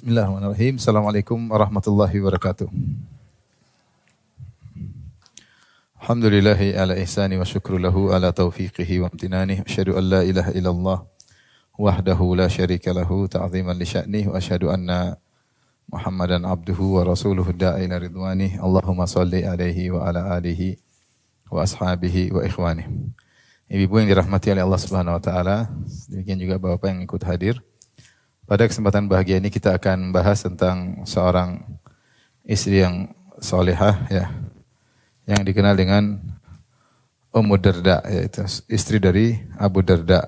Bismillahirrahmanirrahim. Assalamualaikum warahmatullahi wabarakatuh. Alhamdulillahi ala ihsani wa syukru lahu ala taufiqihi wa amtinani. Asyhadu an la ilaha illallah wahdahu la syarika lahu ta'ziman li sya'nih wa asyhadu anna Muhammadan abduhu wa rasuluhu da'i ila ridwani. Allahumma salli alaihi wa ala alihi wa ashabihi wa ikhwani. Ibu-ibu yang dirahmati oleh Allah Subhanahu wa taala, demikian juga Bapak yang ikut hadir. Pada kesempatan bahagia ini kita akan membahas tentang seorang istri yang solehah ya, yang dikenal dengan Ummu Darda, yaitu istri dari Abu Darda.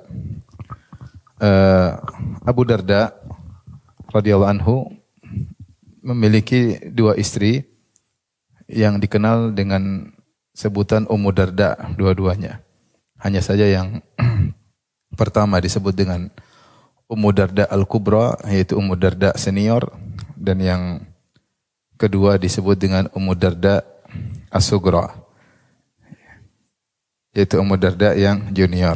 Abu Darda radhiyallahu anhu memiliki dua istri yang dikenal dengan sebutan Ummu Darda dua-duanya. Hanya saja yang pertama disebut dengan Ummu Darda Al-Kubra, yaitu Ummu Darda senior, dan yang kedua disebut dengan Ummu Darda As-Sugra, yaitu Ummu Darda yang junior.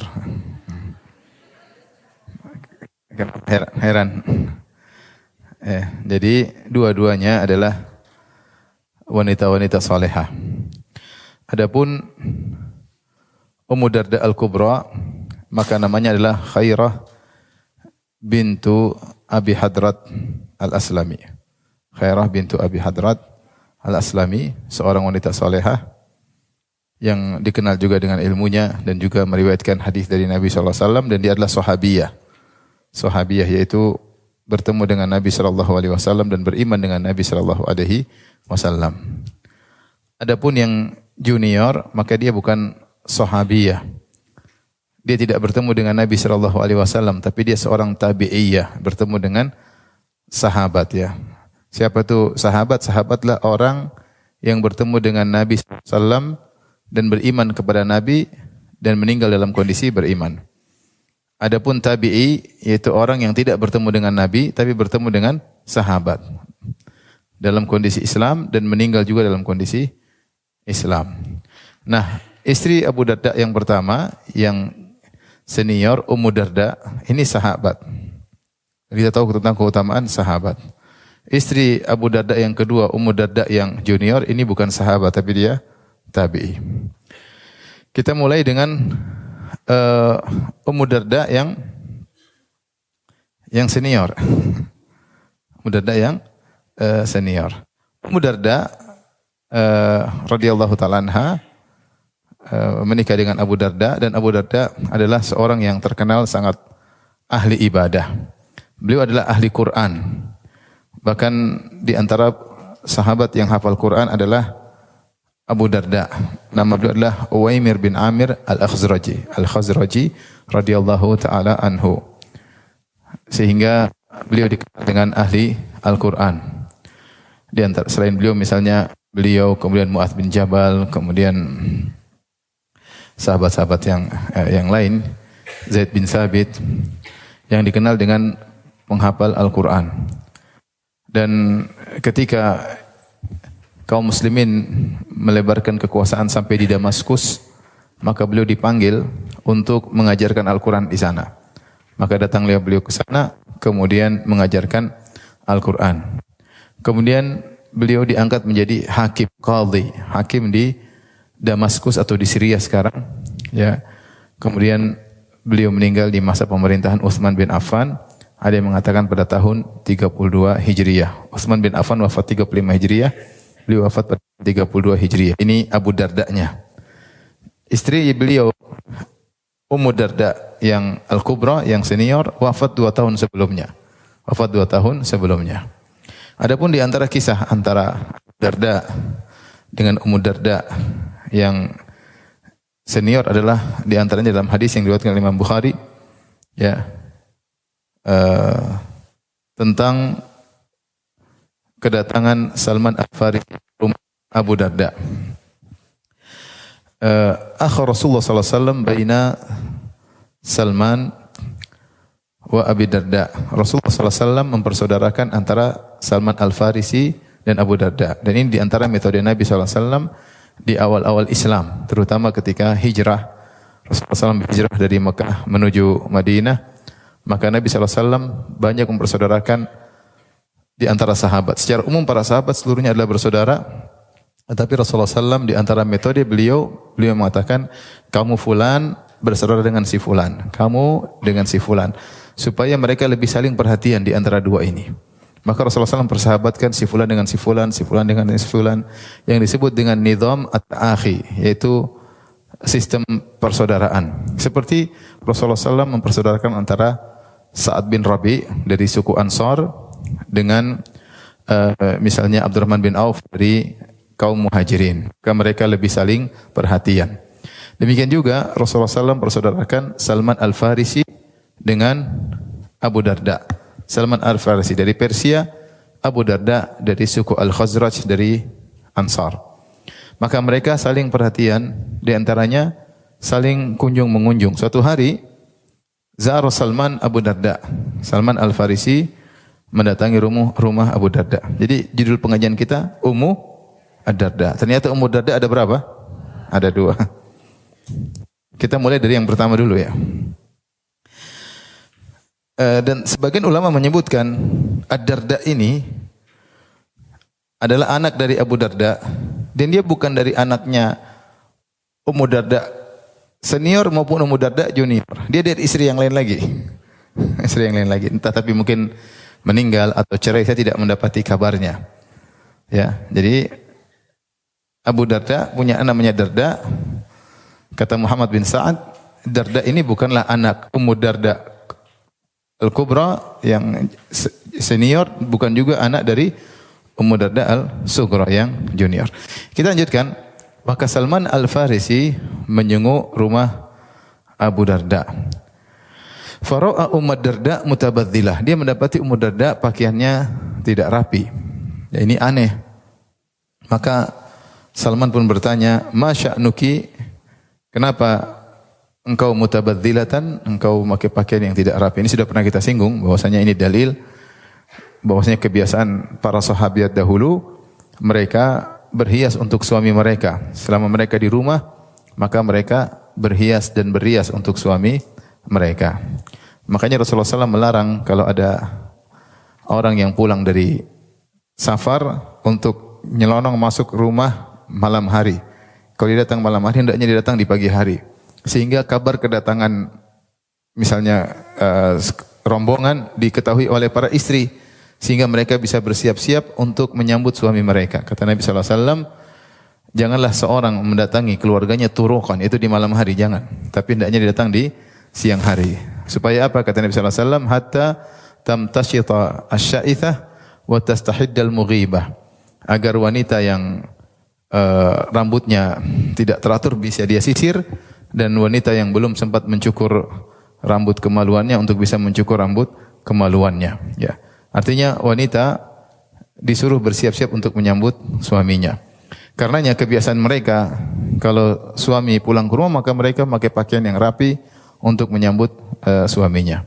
Heran. Jadi dua-duanya adalah wanita-wanita salehah. Adapun Ummu Darda Al-Kubra, maka namanya adalah Khairah bintu Abi Hadrat Al-Aslami. Khairah bintu Abi Hadrat Al-Aslami, seorang wanita salehah yang dikenal juga dengan ilmunya dan juga meriwayatkan hadis dari Nabi SAW, dan dia adalah sahabiyah. Sahabiyah yaitu bertemu dengan Nabi SAW dan beriman dengan Nabi SAW. Adapun yang junior, maka dia bukan sahabiyah. Dia tidak bertemu dengan Nabi SAW, tapi dia seorang tabi'iyah, bertemu dengan sahabat ya. Siapa itu sahabat? Sahabatlah orang yang bertemu dengan Nabi SAW dan beriman kepada Nabi dan meninggal dalam kondisi beriman. Adapun tabi'i, yaitu orang yang tidak bertemu dengan Nabi, tapi bertemu dengan sahabat dalam kondisi Islam dan meninggal juga dalam kondisi Islam. Nah, istri Abu Darda yang pertama, yang senior, Ummu Darda, ini sahabat. Kita tahu tentang keutamaan sahabat. Istri Abu Darda yang kedua, Ummu Darda yang junior, ini bukan sahabat tapi dia tabi'i. Kita mulai dengan Ummu Darda yang senior. Ummu Darda yang senior. Ummu Darda radhiyallahu ta'ala anha menikah dengan Abu Darda, dan Abu Darda adalah seorang yang terkenal sangat ahli ibadah. Beliau adalah ahli Quran. Bahkan di antara sahabat yang hafal Quran adalah Abu Darda. Nama beliau adalah Uwaimir bin Amir Al-Khazraji radhiyallahu taala anhu. Sehingga beliau dikenal dengan ahli Al-Quran. Di antara selain beliau misalnya beliau, kemudian Mu'adz bin Jabal, kemudian sahabat-sahabat yang lain, Zaid bin Sabit, yang dikenal dengan menghafal Al-Quran. Dan ketika kaum muslimin melebarkan kekuasaan sampai di Damaskus, maka beliau dipanggil untuk mengajarkan Al-Quran di sana. Maka datanglah beliau ke sana, kemudian mengajarkan Al-Quran. Kemudian beliau diangkat menjadi hakim, qadhi, hakim di Damaskus atau di Syria sekarang ya. Kemudian beliau meninggal di masa pemerintahan Utsman bin Affan. Ada yang mengatakan pada tahun 32 Hijriah. Utsman bin Affan wafat 35 Hijriah, beliau wafat pada 32 Hijriah. Ini Abu Dardanya. Istri beliau Ummu Darda yang Al-Kubra, yang senior, wafat 2 tahun sebelumnya. Adapun di antara kisah antara Darda dengan Ummu Darda yang senior adalah di antaranya dalam hadis yang diriwayatkan oleh Imam Bukhari ya, tentang kedatangan Salman Al-Farisi rumah Abu Darda. Akhir Rasulullah sallallahu alaihi wasallam baina Salman wa Abi Darda. Rasulullah sallallahu alaihi wasallam mempersaudarakan antara Salman Al-Farisi dan Abu Darda. Dan ini di antara metode Nabi sallallahu alaihi wasallam di awal-awal Islam, terutama ketika hijrah. Rasulullah SAW hijrah dari Mekah menuju Madinah, maka Nabi SAW banyak mempersaudarakan di antara sahabat. Secara umum para sahabat seluruhnya adalah bersaudara. Tetapi Rasulullah SAW di antara metode beliau mengatakan, kamu fulan bersaudara dengan si fulan, kamu dengan si fulan, supaya mereka lebih saling perhatian di antara dua ini. Maka Rasulullah SAW persahabatkan si fulan dengan si fulan, si fulan dengan si fulan, yang disebut dengan nizam at-ta'akhi, yaitu sistem persaudaraan. Seperti Rasulullah SAW mempersaudarakan antara Sa'ad bin Rabi dari suku Ansar dengan misalnya Abdurrahman bin Auf dari kaum Muhajirin. Maka mereka lebih saling perhatian. Demikian juga Rasulullah SAW persaudarakan Salman Al-Farisi dengan Abu Darda. Salman Al-Farisi dari Persia, Abu Darda dari suku Al-Khazraj dari Ansar. Maka mereka saling perhatian, di antaranya saling kunjung mengunjung. Suatu hari Zara Salman Abu Darda. Salman Al-Farisi mendatangi rumah Abu Darda. Jadi judul pengajian kita Ummu Ad-Darda. Ternyata Ummu Darda ada berapa? Ada 2. Kita mulai dari yang pertama dulu ya. Dan sebagian ulama menyebutkan Ad-Darda ini adalah anak dari Abu Darda, dan dia bukan dari anaknya Ummu Darda senior maupun Ummu Darda junior. Dia dari istri yang lain lagi. Istri yang lain lagi. Entah tapi mungkin meninggal atau cerai, saya tidak mendapati kabarnya. Ya, jadi Abu Darda punya anak namanya Darda. Kata Muhammad bin Sa'ad, Darda ini bukanlah anak Ummu Darda Al-Kubra yang senior, bukan juga anak dari Ummu Darda Al-Sughra yang junior. Kita lanjutkan. Maka Salman Al-Farisi menyenguk rumah Abu Darda. Fara'a Ummu Darda mutabadzilah. Dia mendapati Ummu Darda pakaiannya tidak rapi. Ya, ini aneh. Maka Salman pun bertanya, "Ma sya'nuki? Kenapa engkau mutabadzilatan, engkau memakai pakaian yang tidak rapi?" Ini sudah pernah kita singgung bahwasanya ini dalil bahwasanya kebiasaan para sahabat dahulu, mereka berhias untuk suami mereka. Selama mereka di rumah, maka mereka berhias dan berias untuk suami mereka. Makanya Rasulullah SAW melarang kalau ada orang yang pulang dari safar untuk nyelonong masuk rumah malam hari. Kalau dia datang malam hari, hendaknya dia datang di pagi hari. Sehingga kabar kedatangan misalnya rombongan diketahui oleh para istri, sehingga mereka bisa bersiap-siap untuk menyambut suami mereka. Kata Nabi SAW, janganlah seorang mendatangi keluarganya turuqan, itu di malam hari, jangan. Tapi hendaknya dia datang di siang hari. Supaya apa? Kata Nabi SAW, hatta tamtashita asy-sya'ithah wa tastahiddal mughibah. Agar wanita yang rambutnya tidak teratur bisa dia sisir, dan wanita yang belum sempat mencukur rambut kemaluannya untuk bisa mencukur rambut kemaluannya. Ya. Artinya wanita disuruh bersiap-siap untuk menyambut suaminya. Karenanya kebiasaan mereka kalau suami pulang ke rumah, maka mereka memakai pakaian yang rapi untuk menyambut suaminya.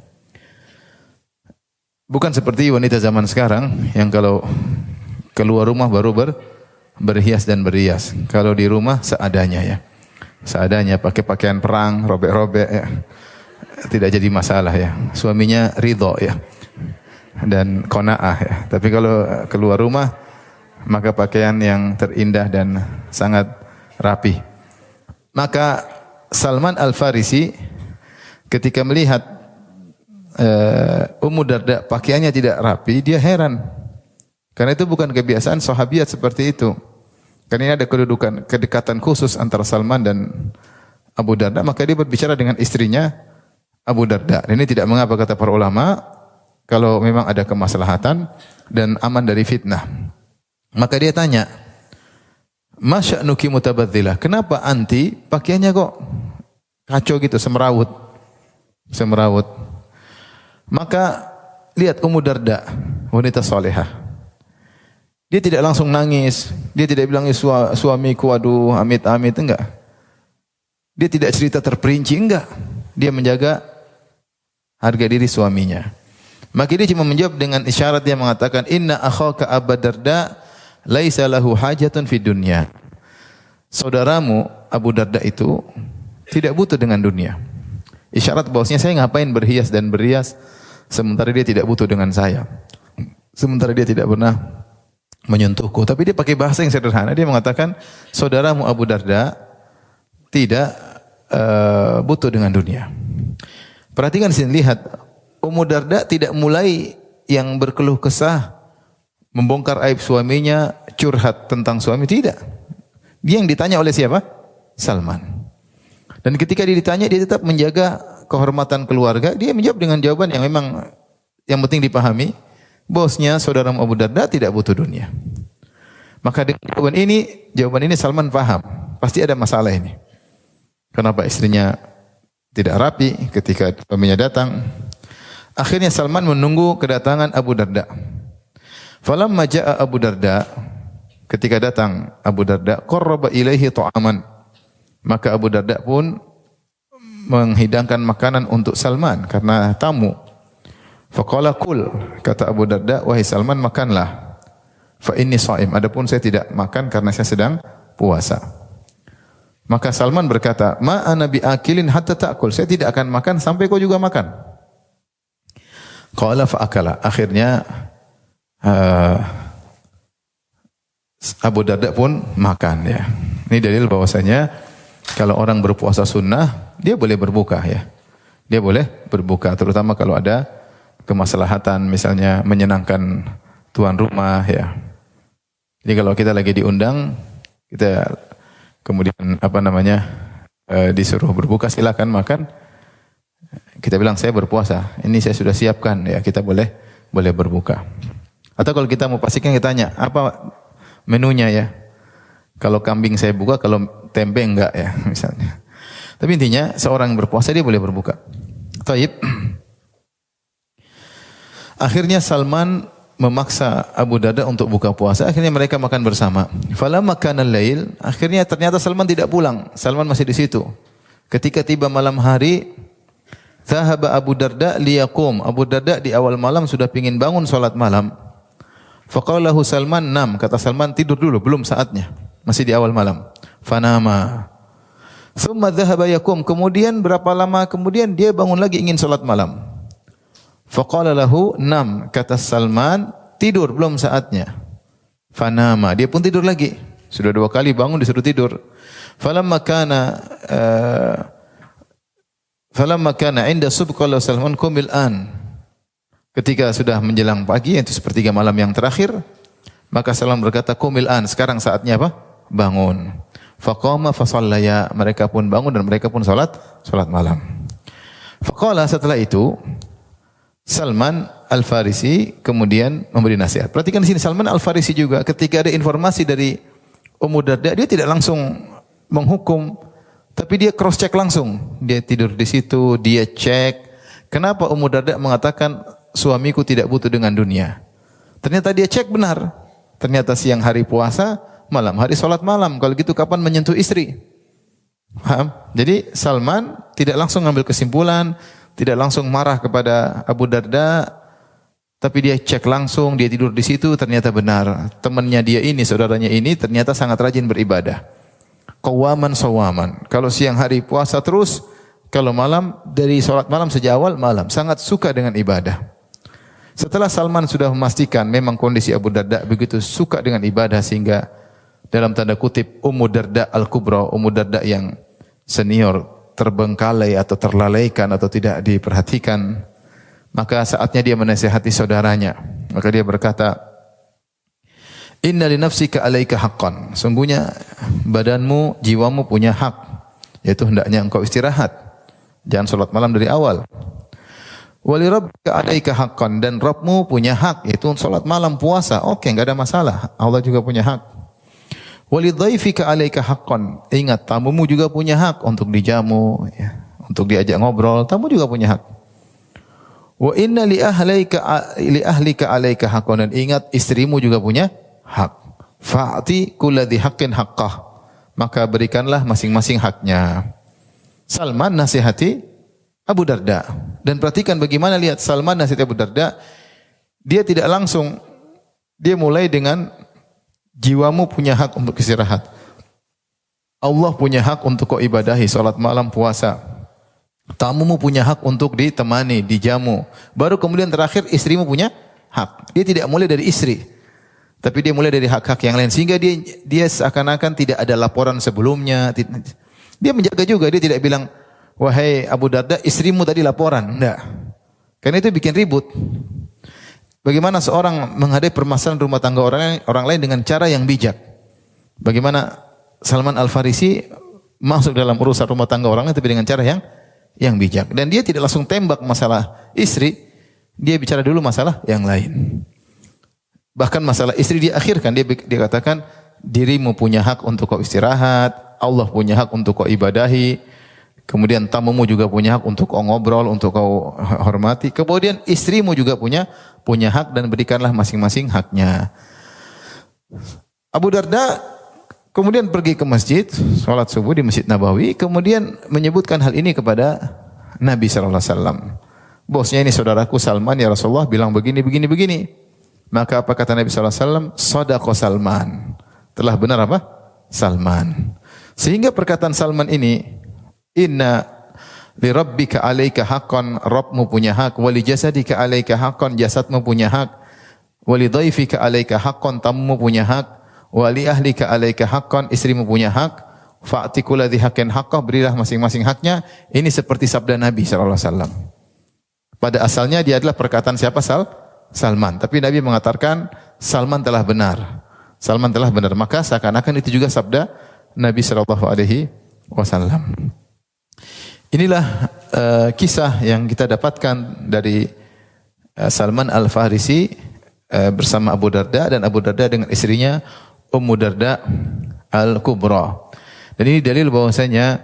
Bukan seperti wanita zaman sekarang yang kalau keluar rumah baru berhias dan berias. Kalau di rumah seadanya ya. Seadanya, pakai pakaian perang, robek-robek ya. Tidak jadi masalah ya. Suaminya ridho ya. Dan qanaah ya. Tapi kalau keluar rumah, maka pakaian yang terindah dan sangat rapi. Maka Salman Al-Farisi ketika melihat Ummu Darda pakaiannya tidak rapi, dia heran. Karena itu bukan kebiasaan sahabiat seperti itu. Karena ini ada kedekatan khusus antara Salman dan Abu Darda, maka dia berbicara dengan istrinya Abu Darda. Dan ini tidak mengapa, kata para ulama, kalau memang ada kemaslahatan dan aman dari fitnah. Maka dia tanya, "Ma sya'nuki mutabadzilah?" Kenapa anti pakaiannya kok kacau gitu, semerawut. Semerawut. Maka lihat Ummu Darda, wanita salehah. Dia tidak langsung nangis. Dia tidak bilang, suamiku aduh amit-amit, enggak. Dia tidak cerita terperinci, enggak. Dia menjaga harga diri suaminya. Maka dia cuma menjawab dengan isyarat, dia mengatakan, "Inna akhaka Abu Darda laisa lahu hajatun fid dunya." Saudaramu Abu Darda itu tidak butuh dengan dunia. Isyarat bahwasanya saya ngapain berhias dan berias sementara dia tidak butuh dengan saya. sementara dia tidak pernah menyentuhku. Tapi dia pakai bahasa yang sederhana. Dia mengatakan, saudaramu Abu Darda tidak butuh dengan dunia. Perhatikan sini, lihat. Ummu Darda tidak mulai yang berkeluh kesah, membongkar aib suaminya, curhat tentang suami. Tidak. Dia yang ditanya oleh siapa? Salman. Dan ketika dia ditanya, dia tetap menjaga kehormatan keluarga. Dia menjawab dengan jawaban yang memang yang penting dipahami. Bosnya, saudara Abu Darda tidak butuh dunia. Maka dengan jawaban ini Salman paham. Pasti ada masalah ini. Kenapa istrinya tidak rapi ketika suaminya datang. Akhirnya Salman menunggu kedatangan Abu Darda. Falamma ja'a Abu Darda, ketika datang Abu Darda, qarraba ilaihi ta'aman. Maka Abu Darda pun menghidangkan makanan untuk Salman karena tamu. Faqala kul, kata Abu Darda, wahai Salman, makanlah. Fa inni shaim, adapun saya tidak makan karena saya sedang puasa. Maka Salman berkata, ma ana biakilin hatta ta'kul, saya tidak akan makan sampai kau juga makan. Qala fa akala, akhirnya Abu Darda pun makan ya. Ini dalil bahwasanya kalau orang berpuasa sunnah, dia boleh berbuka ya. Dia boleh berbuka, terutama kalau ada kemaslahatan, misalnya menyenangkan tuan rumah ya. Jadi kalau kita lagi diundang, kita kemudian disuruh berbuka, silakan makan. Kita bilang saya berpuasa, ini saya sudah siapkan ya, kita boleh berbuka. Atau kalau kita mau pastikan, kita tanya apa menunya ya. Kalau kambing saya buka, kalau tempe enggak ya misalnya. Tapi intinya seorang berpuasa dia boleh berbuka. Taib. Akhirnya Salman memaksa Abu Darda untuk buka puasa. Akhirnya mereka makan bersama. Falamma kana al-lail, akhirnya ternyata Salman tidak pulang. Salman masih di situ. Ketika tiba malam hari, zahaba Abu Darda liyaqum. Abu Darda di awal malam sudah pingin bangun salat malam. Faqalahu Salman, nam, kata Salman, tidur dulu, belum saatnya. Masih di awal malam. Fanama. Thumma dhahaba yakum. Kemudian berapa lama kemudian dia bangun lagi ingin salat malam. Faqala lahu, nam, kata Salman, tidur, belum saatnya. Fanama. Dia pun tidur lagi. Sudah 2 kali bangun disuruh tidur. Falamma kana inda subh qala Salman qumil an. Ketika sudah menjelang pagi, yaitu sepertiga malam yang terakhir, maka Salman berkata, qumil an, sekarang saatnya apa? Bangun. Faqama fasallaya, mereka pun bangun dan mereka pun salat malam. Faqala, setelah itu Salman Al-Farisi kemudian memberi nasihat. Perhatikan di sini, Salman Al-Farisi juga ketika ada informasi dari Ummu Darda, dia tidak langsung menghukum, tapi dia cross check langsung. Dia tidur di situ, dia cek. Kenapa Ummu Darda mengatakan suamiku tidak butuh dengan dunia? Ternyata dia cek benar. Ternyata siang hari puasa, malam hari salat malam. Kalau gitu kapan menyentuh istri? Paham? Jadi Salman tidak langsung mengambil kesimpulan, tidak langsung marah kepada Abu Darda, tapi dia cek langsung, dia tidur di situ, ternyata benar. Temannya dia ini, saudaranya ini ternyata sangat rajin beribadah. Qawaman sawaman. Kalau siang hari puasa terus, kalau malam dari salat malam sejak awal malam, sangat suka dengan ibadah. Setelah Salman sudah memastikan memang kondisi Abu Darda begitu suka dengan ibadah sehingga dalam tanda kutip Ummu Darda Al-Kubra, Ummu Darda yang senior, terbengkalai atau terlalaikan atau tidak diperhatikan, maka saatnya dia menasihati saudaranya. Maka dia berkata, inna li nafsika alaika haqqan. Sungguhnya badanmu, jiwamu punya hak, yaitu hendaknya engkau istirahat. Jangan salat malam dari awal. Wa li rabbika alaika haqqan, dan Rabbmu punya hak, yaitu salat malam, puasa. Oke, enggak ada masalah. Allah juga punya hak. Wa li dhaifika alaika haqqan. Ingat, tamumu juga punya hak untuk dijamu, ya, untuk diajak ngobrol. Tamu juga punya hak. Wa inna li ahlika alaika haqqan, dan ingat istrimu juga punya hak. Fa'ti kulladzi haqqin haqqah, maka berikanlah masing-masing haknya. Salman nasihati Abu Darda, dan perhatikan bagaimana, lihat Salman nasihati Abu Darda, dia tidak langsung, dia mulai dengan jiwamu punya hak untuk istirahat. Allah punya hak untuk kau ibadahi, salat malam, puasa. Tamumu punya hak untuk ditemani, dijamu. Baru kemudian terakhir istrimu punya hak. Dia tidak mulai dari istri, tapi dia mulai dari hak-hak yang lain sehingga dia seakan-akan tidak ada laporan sebelumnya. Dia menjaga juga, dia tidak bilang, "Wahai Abu Darda, istrimu tadi laporan." Enggak. Karena itu bikin ribut. Bagaimana seorang menghadapi permasalahan rumah tangga orang lain dengan cara yang bijak? Bagaimana Salman Al-Farisi masuk dalam urusan rumah tangga orang lain tapi dengan cara yang bijak. Dan dia tidak langsung tembak masalah istri, dia bicara dulu masalah yang lain. Bahkan masalah istri dia akhirkan, dia katakan, dirimu punya hak untuk kau istirahat, Allah punya hak untuk kau ibadahi, kemudian tamumu juga punya hak untuk kau ngobrol, untuk kau hormati, kemudian istrimu juga punya hak dan berikanlah masing-masing haknya. Abu Darda kemudian pergi ke masjid, sholat subuh di Masjid Nabawi, kemudian menyebutkan hal ini kepada Nabi sallallahu alaihi wasallam. Bosnya ini saudaraku Salman, ya Rasulullah bilang begini. Maka apa kata Nabi sallallahu alaihi wasallam? Shadaqa Salman. Telah benar apa? Salman. Sehingga perkataan Salman ini, inna li rabbika 'alaika haqqan, Rabbmu punya hak, wa li jasadika 'alaika haqqan, jasadmu punya hak, wa li dhaifika 'alaika haqqan, tamumu punya hak, wa li ahlika 'alaika haqqan, istrimu punya hak, fa'ti kulli dzi haqqin haqqah, berilah masing-masing haknya. Ini seperti sabda Nabi sallallahu alaihi wasallam. Pada asalnya dia adalah perkataan siapa? Salman. Tapi Nabi mengatakan Salman telah benar. Salman telah benar. Maka seakan-akan itu juga sabda Nabi sallallahu alaihi wasallam. Inilah kisah yang kita dapatkan dari Salman Al-Farisi bersama Abu Darda, dan Abu Darda dengan istrinya Ummu Darda Al-Kubra. Dan ini dalil bahwasanya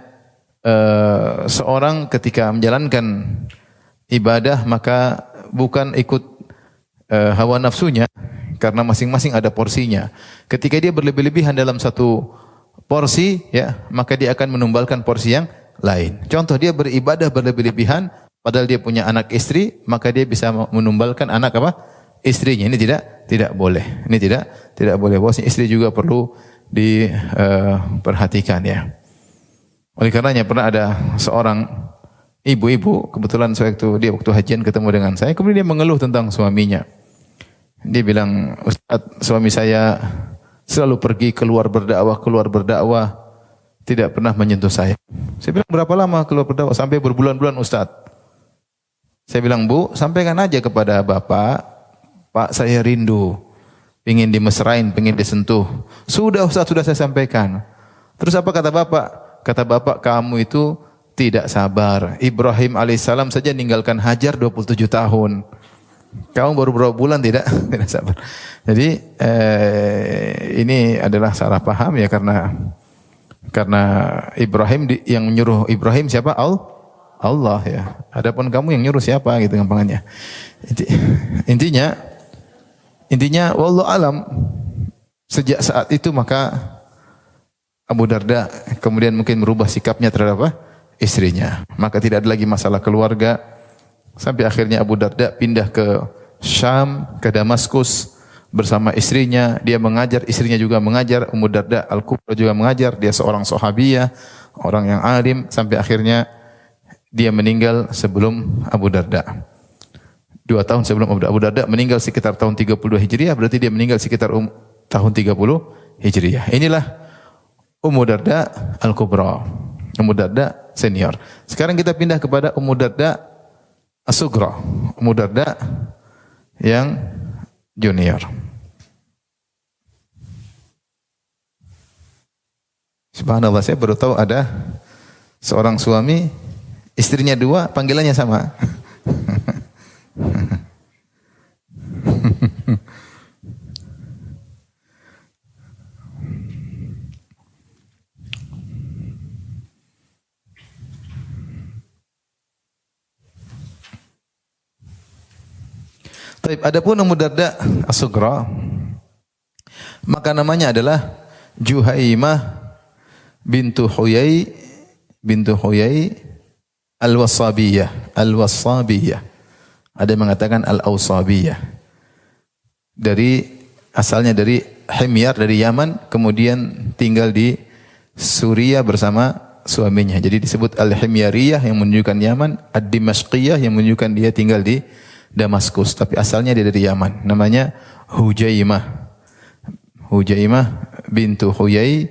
seorang ketika menjalankan ibadah maka bukan ikut hawa nafsunya, karena masing-masing ada porsinya. Ketika dia berlebih-lebihan dalam satu porsi, ya, maka dia akan menumbalkan porsi yang lain. Contoh, dia beribadah berlebih-lebihan padahal dia punya anak istri, maka dia bisa menumbalkan anak apa? Istrinya. Ini tidak boleh. Ini tidak boleh. Bosnya istri juga perlu diperhatikan, ya. Oleh karenanya pernah ada seorang ibu-ibu, kebetulan waktu hajian ketemu dengan saya, kemudian dia mengeluh tentang suaminya. Dia bilang, "Ustaz, suami saya selalu pergi keluar berdakwah, tidak pernah menyentuh saya." Saya bilang, "Berapa lama keluar berdakwah?" "Sampai berbulan-bulan, Ustaz." Saya bilang, "Bu, sampaikan aja kepada Bapak, Pak, saya rindu, ingin dimesrain, ingin disentuh." "Sudah, Ustaz, sudah saya sampaikan." "Terus apa kata Bapak?" "Kata Bapak, kamu itu tidak sabar. Ibrahim alaihissalam saja ninggalkan Hajar 27 tahun. Kamu baru berapa bulan tidak sabar." Jadi ini adalah salah paham, ya, karena Ibrahim yang menyuruh Ibrahim siapa? Allah, ya. Adapun kamu yang nyuruh siapa, gitu gampangannya. Intinya wallahu alam. Sejak saat itu maka Abu Darda kemudian mungkin merubah sikapnya terhadap apa? Istrinya. Maka tidak ada lagi masalah keluarga. Sampai akhirnya Abu Darda pindah ke Syam, ke Damaskus bersama istrinya. Dia mengajar, istrinya juga mengajar. Ummu Darda Al-Kubra juga mengajar. Dia seorang sahabiyah, orang yang alim. Sampai akhirnya dia meninggal sebelum Abu Darda. 2 tahun sebelum Abu Darda meninggal, sekitar tahun 32 Hijriah. Berarti dia meninggal sekitar tahun 30 Hijriah. Inilah Ummu Darda Al-Kubra, Ummu Darda senior. Sekarang kita pindah kepada Ummu Darda As-Sugra, Ummu Darda yang junior. Subhanallah, saya baru tahu ada seorang suami, istrinya 2, panggilannya sama. Adapun Ummu Darda As-Sugra, maka namanya adalah Juhaimah bintu Huyai Al-Wassabiyah. Ada yang mengatakan Al-Awsabiyah. Asalnya dari Himyar, dari Yaman, kemudian tinggal di Suriah bersama suaminya. Jadi disebut Al-Himyariyah yang menunjukkan Yaman, Ad-Dimashqiyah yang menunjukkan dia tinggal di Damaskus, tapi asalnya dia dari Yaman. Namanya Hujaimah. Hujaimah bintu Huyai.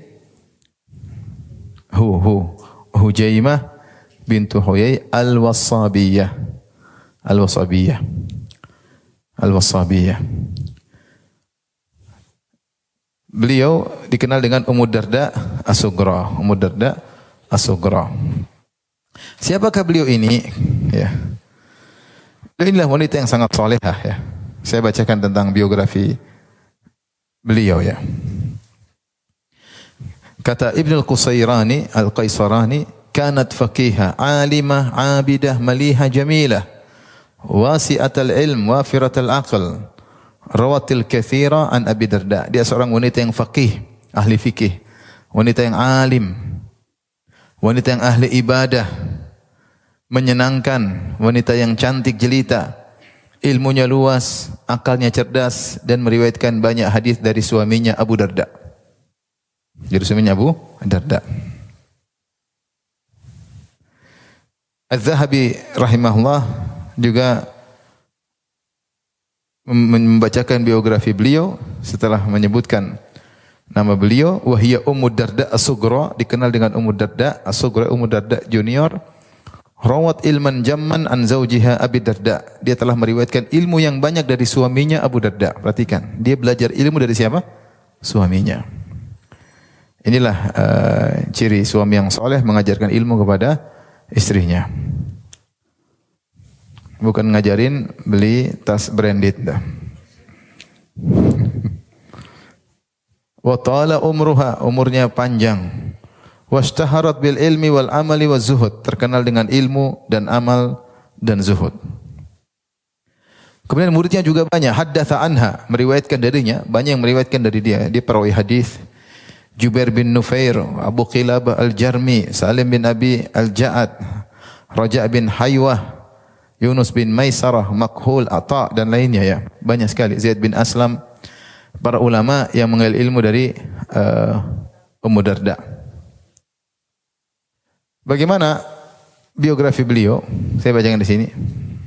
Hujaimah bintu Huyai Al-Wassabiyah. Al-Wassabiyah. Al-Wassabiyah. Beliau dikenal dengan Ummu Darda As-Sughra. Ummu Darda As-Sughra. Siapakah beliau ini? Ya. Inilah wanita yang sangat salehah ya. Saya bacakan tentang biografi beliau ya. Kata Ibnu Al-Qusairani Al-Qaisarani, kanat faqihah, alimah, abidah, maliha, jamilah, wasi'atul ilm, wafiratul aql, rawatil katsira an Abi Darda. Dia seorang wanita yang faqih, ahli fikih, wanita yang alim, wanita yang ahli ibadah, menyenangkan, wanita yang cantik jelita, ilmunya luas, akalnya cerdas, dan meriwayatkan banyak hadis dari suaminya Abu Darda. Dari suaminya Abu Darda. Az-Zahabi rahimahullah juga membacakan biografi beliau setelah menyebutkan nama beliau, wahia Ummu Darda As-Sughra, dikenal dengan Ummu Darda As-Sughra, Ummu Darda Junior. Rawat ilman jamman an zawjiha Abi Darda. Dia telah meriwayatkan ilmu yang banyak dari suaminya Abu Darda. Perhatikan, dia belajar ilmu dari siapa? Suaminya. Inilah ciri suami yang soleh, mengajarkan ilmu kepada istrinya. Bukan ngajarin beli tas branded dah. Wa tala umruha, umurnya panjang. Washtaharat bil ilmi wal amali waz zuhud, terkenal dengan ilmu dan amal dan zuhud. Kemudian muridnya juga banyak, haddatsa anha, meriwayatkan darinya, banyak yang meriwayatkan dari dia. Dia perawi hadis. Jubair bin Nufair, Abu Qilabah Al-Jarmi, Salim bin Abi Al-Ja'ad, Raja' bin Haywah, Yunus bin Maisarah, Makhul, Ata dan lainnya ya. Banyak sekali. Zaid bin Aslam, para ulama yang mengambil ilmu dari Ummu Darda. Bagaimana biografi beliau? Saya bacakan di sini.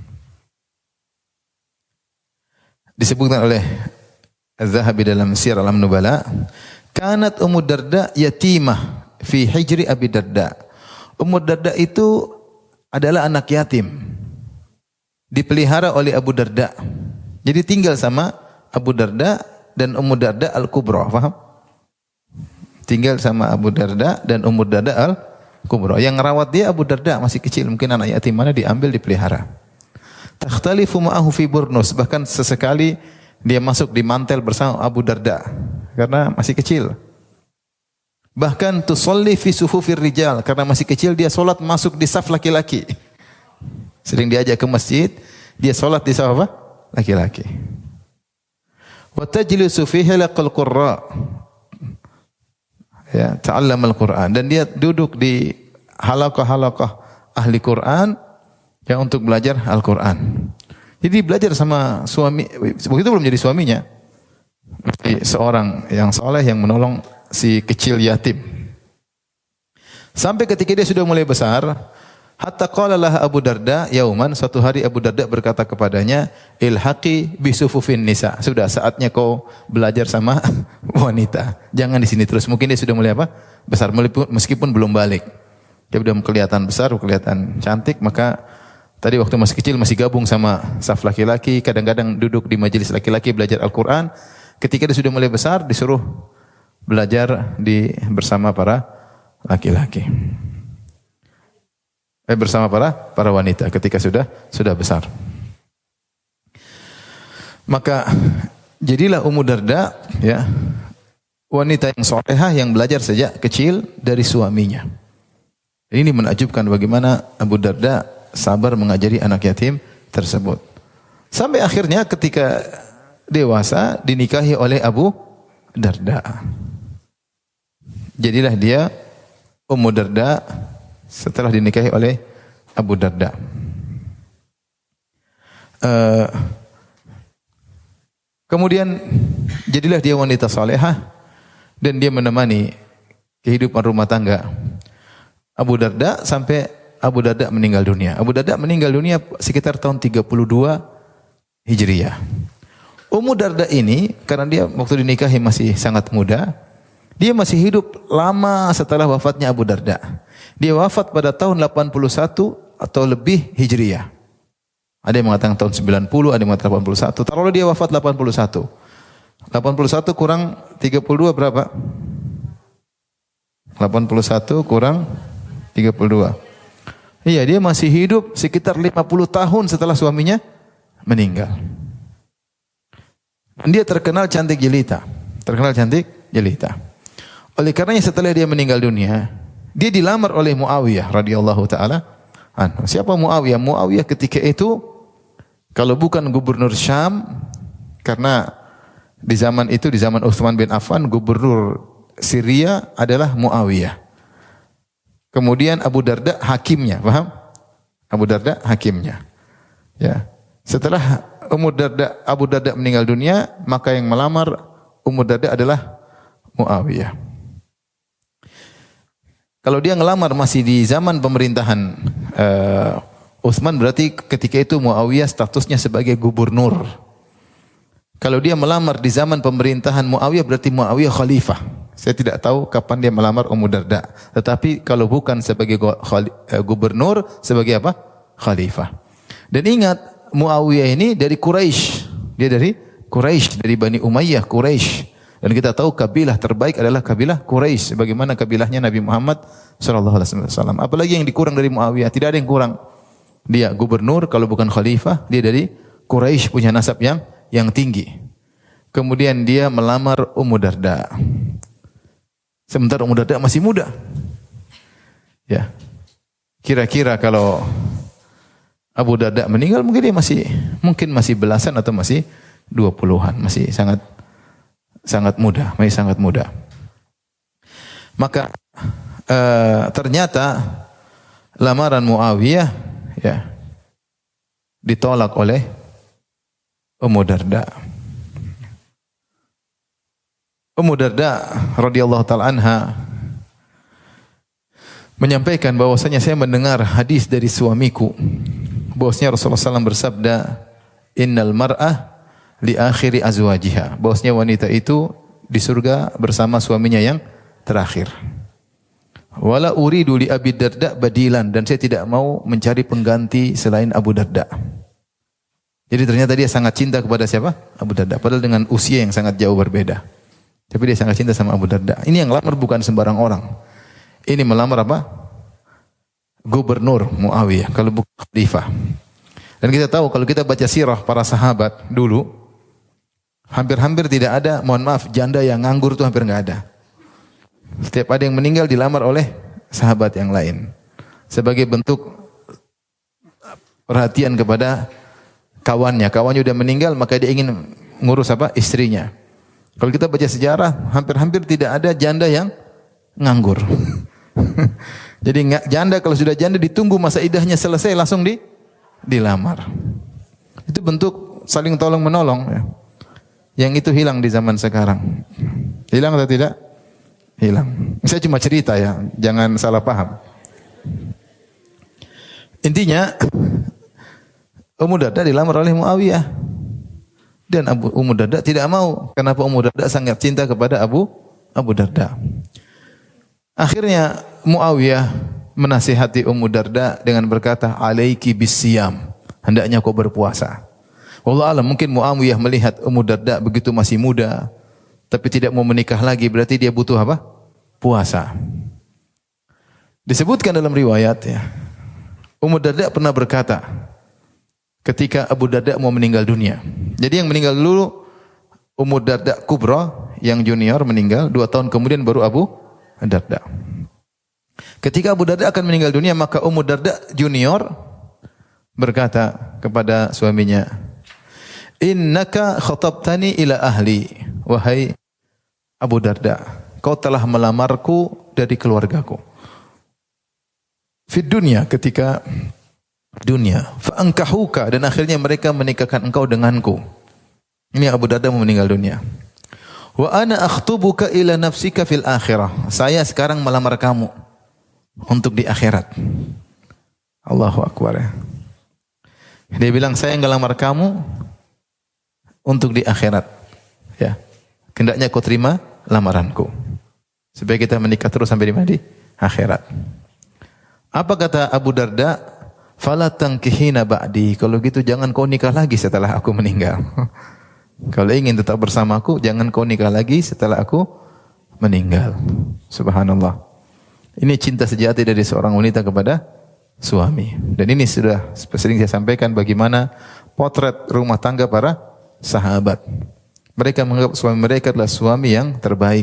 Disebutkan oleh Az-Zahabi dalam Syiar A'lam Nubala, kanat Ummu Darda yatimah fi hijri Abi Darda. Ummu Darda itu adalah anak yatim, dipelihara oleh Abu Darda. Jadi tinggal sama Abu Darda dan Ummu Darda Al-Kubra, paham? Tinggal sama Abu Darda dan Ummu Darda Al-Kubra. Yang ngerawat dia Abu Darda, masih kecil, mungkin anak yatim mana diambil dipelihara. Takhtalifu ma'ahu fi burnus, bahkan sesekali dia masuk di mantel bersama Abu Darda karena masih kecil. Bahkan tusolli fi sufufir rijal, karena masih kecil dia solat masuk di saf laki-laki. Sering diajak ke masjid, dia solat di saf apa? Laki-laki. Wa tajlisu fi halaqal qurra, ya, ta'allama al-Qur'an, dan dia duduk di halaqah-halaqah ahli Qur'an yang untuk belajar Al-Qur'an. Jadi belajar sama suami, begitu belum jadi suaminya. Seorang yang soleh yang menolong si kecil yatim. Sampai ketika dia sudah mulai besar, hatta qala lah Abu Darda yauman, suatu hari Abu Darda berkata kepadanya, ilhaqi bisufufin nisa. Sudah saatnya kau belajar sama wanita. Jangan di sini terus. Mungkin dia sudah mulai apa? Besar, meskipun belum balik. Dia sudah kelihatan besar, kelihatan cantik, maka tadi waktu masih kecil masih gabung sama saf laki-laki, kadang-kadang duduk di majelis laki-laki belajar Al-Qur'an. Ketika dia sudah mulai besar, disuruh belajar bersama para laki-laki. Bersama para wanita ketika sudah besar. Maka jadilah Ummu Darda ya, wanita yang salehah yang belajar sejak kecil dari suaminya. Ini menakjubkan bagaimana Abu Darda sabar mengajari anak yatim tersebut. Sampai akhirnya ketika dewasa dinikahi oleh Abu Darda. Jadilah dia Ummu Darda setelah dinikahi oleh Abu Darda. Kemudian jadilah dia wanita salehah dan dia menemani kehidupan rumah tangga Abu Darda sampai Abu Darda meninggal dunia. Abu Darda meninggal dunia sekitar tahun 32 Hijriyah. Ummu Darda ini karena dia waktu dinikahi masih sangat muda, dia masih hidup lama setelah wafatnya Abu Darda. Dia wafat pada tahun 81 atau lebih Hijriyah. Ada yang mengatakan tahun 90, ada yang mengatakan 81. Taruhlah dia wafat 81. 81 kurang 32 berapa? 81 kurang 32. Iya, dia masih hidup sekitar 50 tahun setelah suaminya meninggal. Dia terkenal cantik jelita. Terkenal cantik jelita. Oleh karenanya setelah dia meninggal dunia, dia dilamar oleh Muawiyah radhiyallahu taala anhu. Siapa Muawiyah? Muawiyah ketika itu kalau bukan gubernur Syam, karena di zaman itu, di zaman Utsman bin Affan, gubernur Syria adalah Muawiyah. Kemudian Abu Darda hakimnya, paham? Abu Darda hakimnya. Ya. Setelah Abu Darda meninggal dunia, maka yang melamar Ummu Darda adalah Muawiyah. Kalau dia ngelamar masih di zaman pemerintahan Utsman, berarti ketika itu Muawiyah statusnya sebagai gubernur. Kalau dia melamar di zaman pemerintahan Muawiyah, berarti Muawiyah khalifah. Saya tidak tahu kapan dia melamar Ummu Darda. Tetapi kalau bukan sebagai gubernur, sebagai apa? Khalifah. Dan ingat, Muawiyah ini dari Quraisy. Dia dari Quraisy, dari Bani Umayyah, Quraisy. Dan kita tahu kabilah terbaik adalah kabilah Quraisy, sebagaimana kabilahnya Nabi Muhammad sallallahu alaihi wasallam. Apalagi yang dikurang dari Muawiyah? Tidak ada yang kurang. Dia gubernur, kalau bukan khalifah, dia dari Quraisy, punya nasab yang tinggi. Kemudian dia melamar Ummu Darda. Sementara Ummu Darda masih muda. Ya. Kira-kira kalau Abu Darda meninggal mungkin dia masih belasan atau masih 20-an, masih sangat muda, masih sangat muda. Maka ternyata lamaran Muawiyah ya ditolak oleh Ummu Darda. Ummu Darda radhiyallahu taala anha menyampaikan bahwasanya saya mendengar hadis dari suamiku. Bahwasanya Rasulullah SAW bersabda, "Innal mar'ah li akhiri azwajiha." Bahwasanya wanita itu di surga bersama suaminya yang terakhir. Wala uridu li Abi Darda badilan, dan saya tidak mau mencari pengganti selain Abu Darda. Jadi ternyata dia sangat cinta kepada siapa? Abu Darda. Padahal dengan usia yang sangat jauh berbeda. Tapi dia sangat cinta sama Abu Darda. Ini yang lamar bukan sembarang orang. Ini melamar apa? Gubernur Muawiyah, kalau bukan khalifah. Dan kita tahu kalau kita baca sirah para sahabat dulu, hampir-hampir tidak ada, mohon maaf, janda yang nganggur itu hampir enggak ada. Setiap ada yang meninggal dilamar oleh sahabat yang lain. Sebagai bentuk perhatian kepada kawannya. Kawannya udah meninggal, maka dia ingin ngurus apa? Istrinya. Kalau kita baca sejarah, hampir-hampir tidak ada janda yang nganggur. Jadi janda, kalau sudah janda ditunggu masa idahnya selesai langsung dilamar. Itu bentuk saling tolong menolong ya. Yang itu hilang di zaman sekarang. Hilang atau tidak? Hilang. Saya cuma cerita ya, jangan salah paham. Intinya Ummu Darda dilamar oleh Muawiyah. Dan Ummu Darda tidak mau. Kenapa Ummu Darda sangat cinta kepada Abu Darda? Akhirnya Muawiyah menasihati Ummu Darda dengan berkata, "Alaiki bisiyam." Hendaknya kau berpuasa. Wallahu a'lam, mungkin Muawiyah melihat Ummu Darda begitu masih muda, tapi tidak mau menikah lagi, berarti dia butuh apa? Puasa. Disebutkan dalam riwayat ya, Ummu Darda pernah berkata ketika Abu Darda mau meninggal dunia. Jadi yang meninggal dulu Ummu Darda Kubra, yang junior meninggal, 2 tahun kemudian baru Abu Darda. Ketika Abu Darda akan meninggal dunia, maka Ummu Darda junior berkata kepada suaminya, "Innaka khatabtani ila ahli." Wahai Abu Darda, kau telah melamarku dari keluargaku. Fi dunya, ketika dunia, fa ankahuka, dan akhirnya mereka menikahkan engkau denganku. Ini Abu Darda mau meninggal dunia. Wa ana akhtubuka ila nafsika fil akhirah. Saya sekarang melamar kamu untuk di akhirat. Allahu akbar ya. Dia bilang, saya ngelamar kamu untuk di akhirat. Ya. Hendaknya kau terima lamaranku. Supaya kita menikah terus sampai di mana? Di akhirat. Apa kata Abu Darda? Fala tankihina ba'di. Kalau gitu jangan kau nikah lagi setelah aku meninggal. Kalau ingin tetap bersamaku, jangan kau nikah lagi setelah aku meninggal. Subhanallah. Ini cinta sejati dari seorang wanita kepada suami. Dan ini sudah sering saya sampaikan bagaimana potret rumah tangga para sahabat. Mereka menganggap suami mereka adalah suami yang terbaik.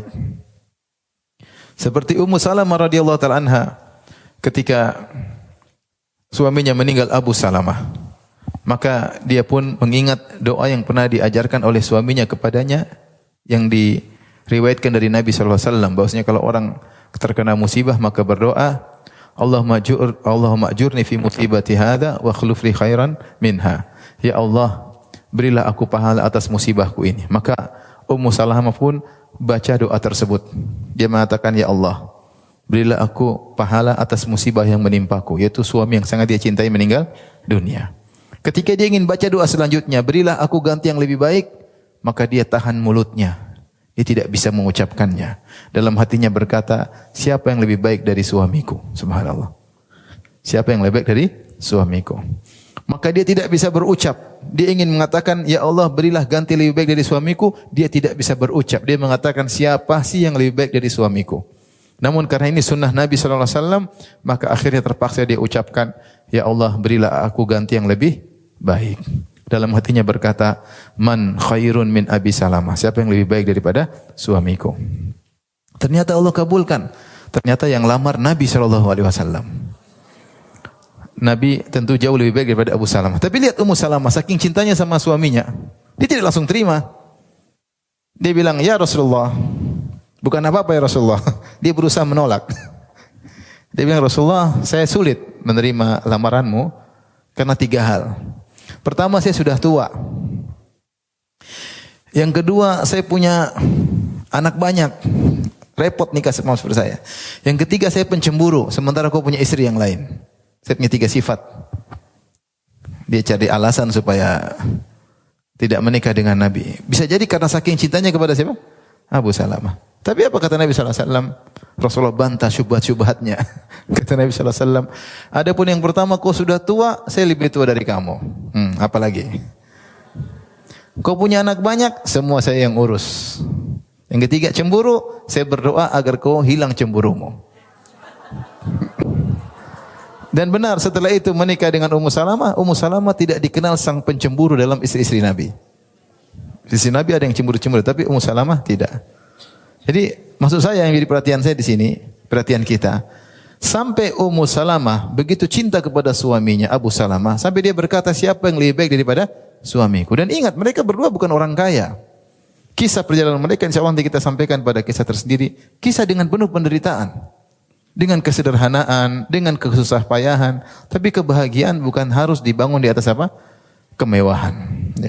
Seperti Ummu Salamah radhiyallahu taala anha ketika suaminya meninggal Abu Salamah, maka dia pun mengingat doa yang pernah diajarkan oleh suaminya kepadanya yang diriwayatkan dari Nabi sallallahu alaihi wasallam bahwasanya kalau orang terkena musibah maka berdoa, Allahumma ajurni fi musibati hadza wa akhlif li khairan minha. Ya Allah, berilah aku pahala atas musibahku ini. Maka Ummu Salamah pun baca doa tersebut. Dia mengatakan, ya Allah, berilah aku pahala atas musibah yang menimpaku, yaitu suami yang sangat dia cintai meninggal dunia. Ketika dia ingin baca doa selanjutnya, berilah aku ganti yang lebih baik, maka dia tahan mulutnya. Dia tidak bisa mengucapkannya. Dalam hatinya berkata, siapa yang lebih baik dari suamiku? Subhanallah. Siapa yang lebih baik dari suamiku? Maka dia tidak bisa berucap. Dia ingin mengatakan, ya Allah berilah ganti lebih baik dari suamiku. Dia tidak bisa berucap. Dia mengatakan, siapa sih yang lebih baik dari suamiku? Namun karena ini sunnah Nabi SAW, maka akhirnya terpaksa dia ucapkan, ya Allah berilah aku ganti yang lebih baik. Dalam hatinya berkata, man khairun min Abi Salamah. Siapa yang lebih baik daripada suamiku? Ternyata Allah kabulkan. Ternyata yang lamar Nabi SAW. Nabi tentu jauh lebih baik daripada Abu Salamah. Tapi lihat Ummu Salamah, saking cintanya sama suaminya, dia tidak langsung terima. Dia bilang, ya Rasulullah, bukan apa-apa ya Rasulullah. Dia berusaha menolak. Dia bilang, Rasulullah, saya sulit menerima lamaranmu karena 3 hal. Pertama, saya sudah tua. Yang kedua, saya punya anak banyak. Repot nikah sama seperti saya. Yang ketiga, saya pencemburu, sementara kau punya istri yang lain. Saya punya 3 sifat. Dia cari alasan supaya tidak menikah dengan Nabi. Bisa jadi karena saking cintanya kepada siapa? Abu Salamah. Tapi apa kata Nabi SAW? Rasulullah bantah syubhat-syubhatnya. Kata Nabi SAW, adapun yang pertama, kau sudah tua, saya lebih tua dari kamu. Apalagi? Kau punya anak banyak, semua saya yang urus. Yang ketiga, cemburu, saya berdoa agar kau hilang cemburumu. Dan benar, setelah itu menikah dengan Ummu Salamah tidak dikenal sang pencemburu dalam istri-istri Nabi. Istri Nabi ada yang cemburu-cemburu, tapi Ummu Salamah tidak. Jadi maksud saya yang jadi perhatian saya di sini, perhatian kita, sampai Ummu Salamah begitu cinta kepada suaminya Abu Salamah, sampai dia berkata, siapa yang lebih baik daripada suamiku? Dan ingat, mereka berdua bukan orang kaya. Kisah perjalanan mereka insya Allah nanti kita sampaikan pada kisah tersendiri, kisah dengan penuh penderitaan, dengan kesederhanaan, dengan kesusahpayahan, tapi kebahagiaan bukan harus dibangun di atas apa? Kemewahan. Ya.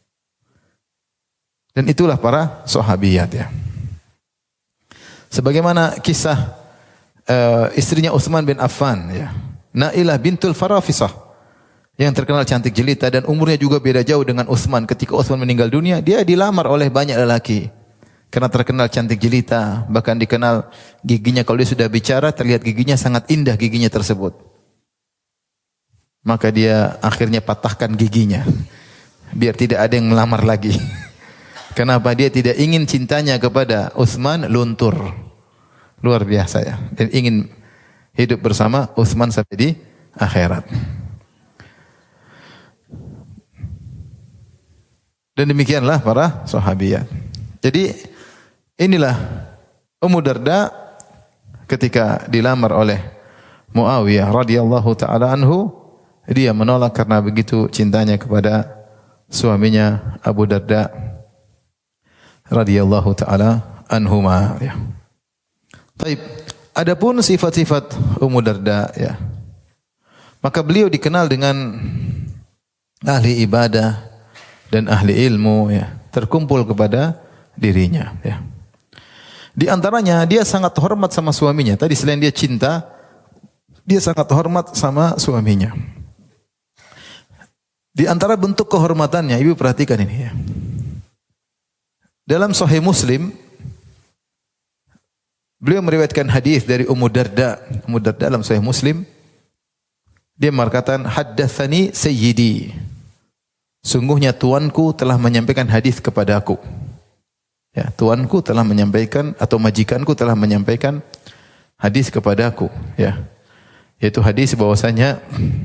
Dan itulah para sahabiyat ya. Sebagaimana kisah istrinya Utsman bin Affan ya. Nailah bintul Farafisah yang terkenal cantik jelita dan umurnya juga beda jauh dengan Utsman. Ketika Utsman meninggal dunia, dia dilamar oleh banyak lelaki. Karena terkenal cantik jelita, bahkan dikenal giginya kalau dia sudah bicara terlihat giginya sangat indah giginya tersebut. Maka dia akhirnya patahkan giginya biar tidak ada yang melamar lagi. Kenapa? Dia tidak ingin cintanya kepada Utsman luntur. Luar biasa ya. Dan ingin hidup bersama Utsman sampai di akhirat. Dan demikianlah para sahabiyat. Jadi inilah Ummu Darda ketika dilamar oleh Muawiyah radhiyallahu taala anhu, dia menolak karena begitu cintanya kepada suaminya Abu Darda radhiyallahu taala anhuma ya. Baik, adapun sifat-sifat Ummu Darda ya. Maka beliau dikenal dengan ahli ibadah dan ahli ilmu ya, terkumpul kepada dirinya ya. Di antaranya dia sangat hormat sama suaminya. Tadi selain dia cinta, dia sangat hormat sama suaminya. Di antara bentuk kehormatannya, ibu perhatikan ini ya. Dalam Sahih Muslim, beliau meriwayatkan hadis dari Ummu Darda. Ummu Darda dalam Sahih Muslim, dia mengatakan, haddatsani sayyidi. Sungguhnya tuanku telah menyampaikan hadis kepadaku. Ya, tuanku telah menyampaikan atau majikanku telah menyampaikan hadis kepadaku, ya. Yaitu hadis bahwasanya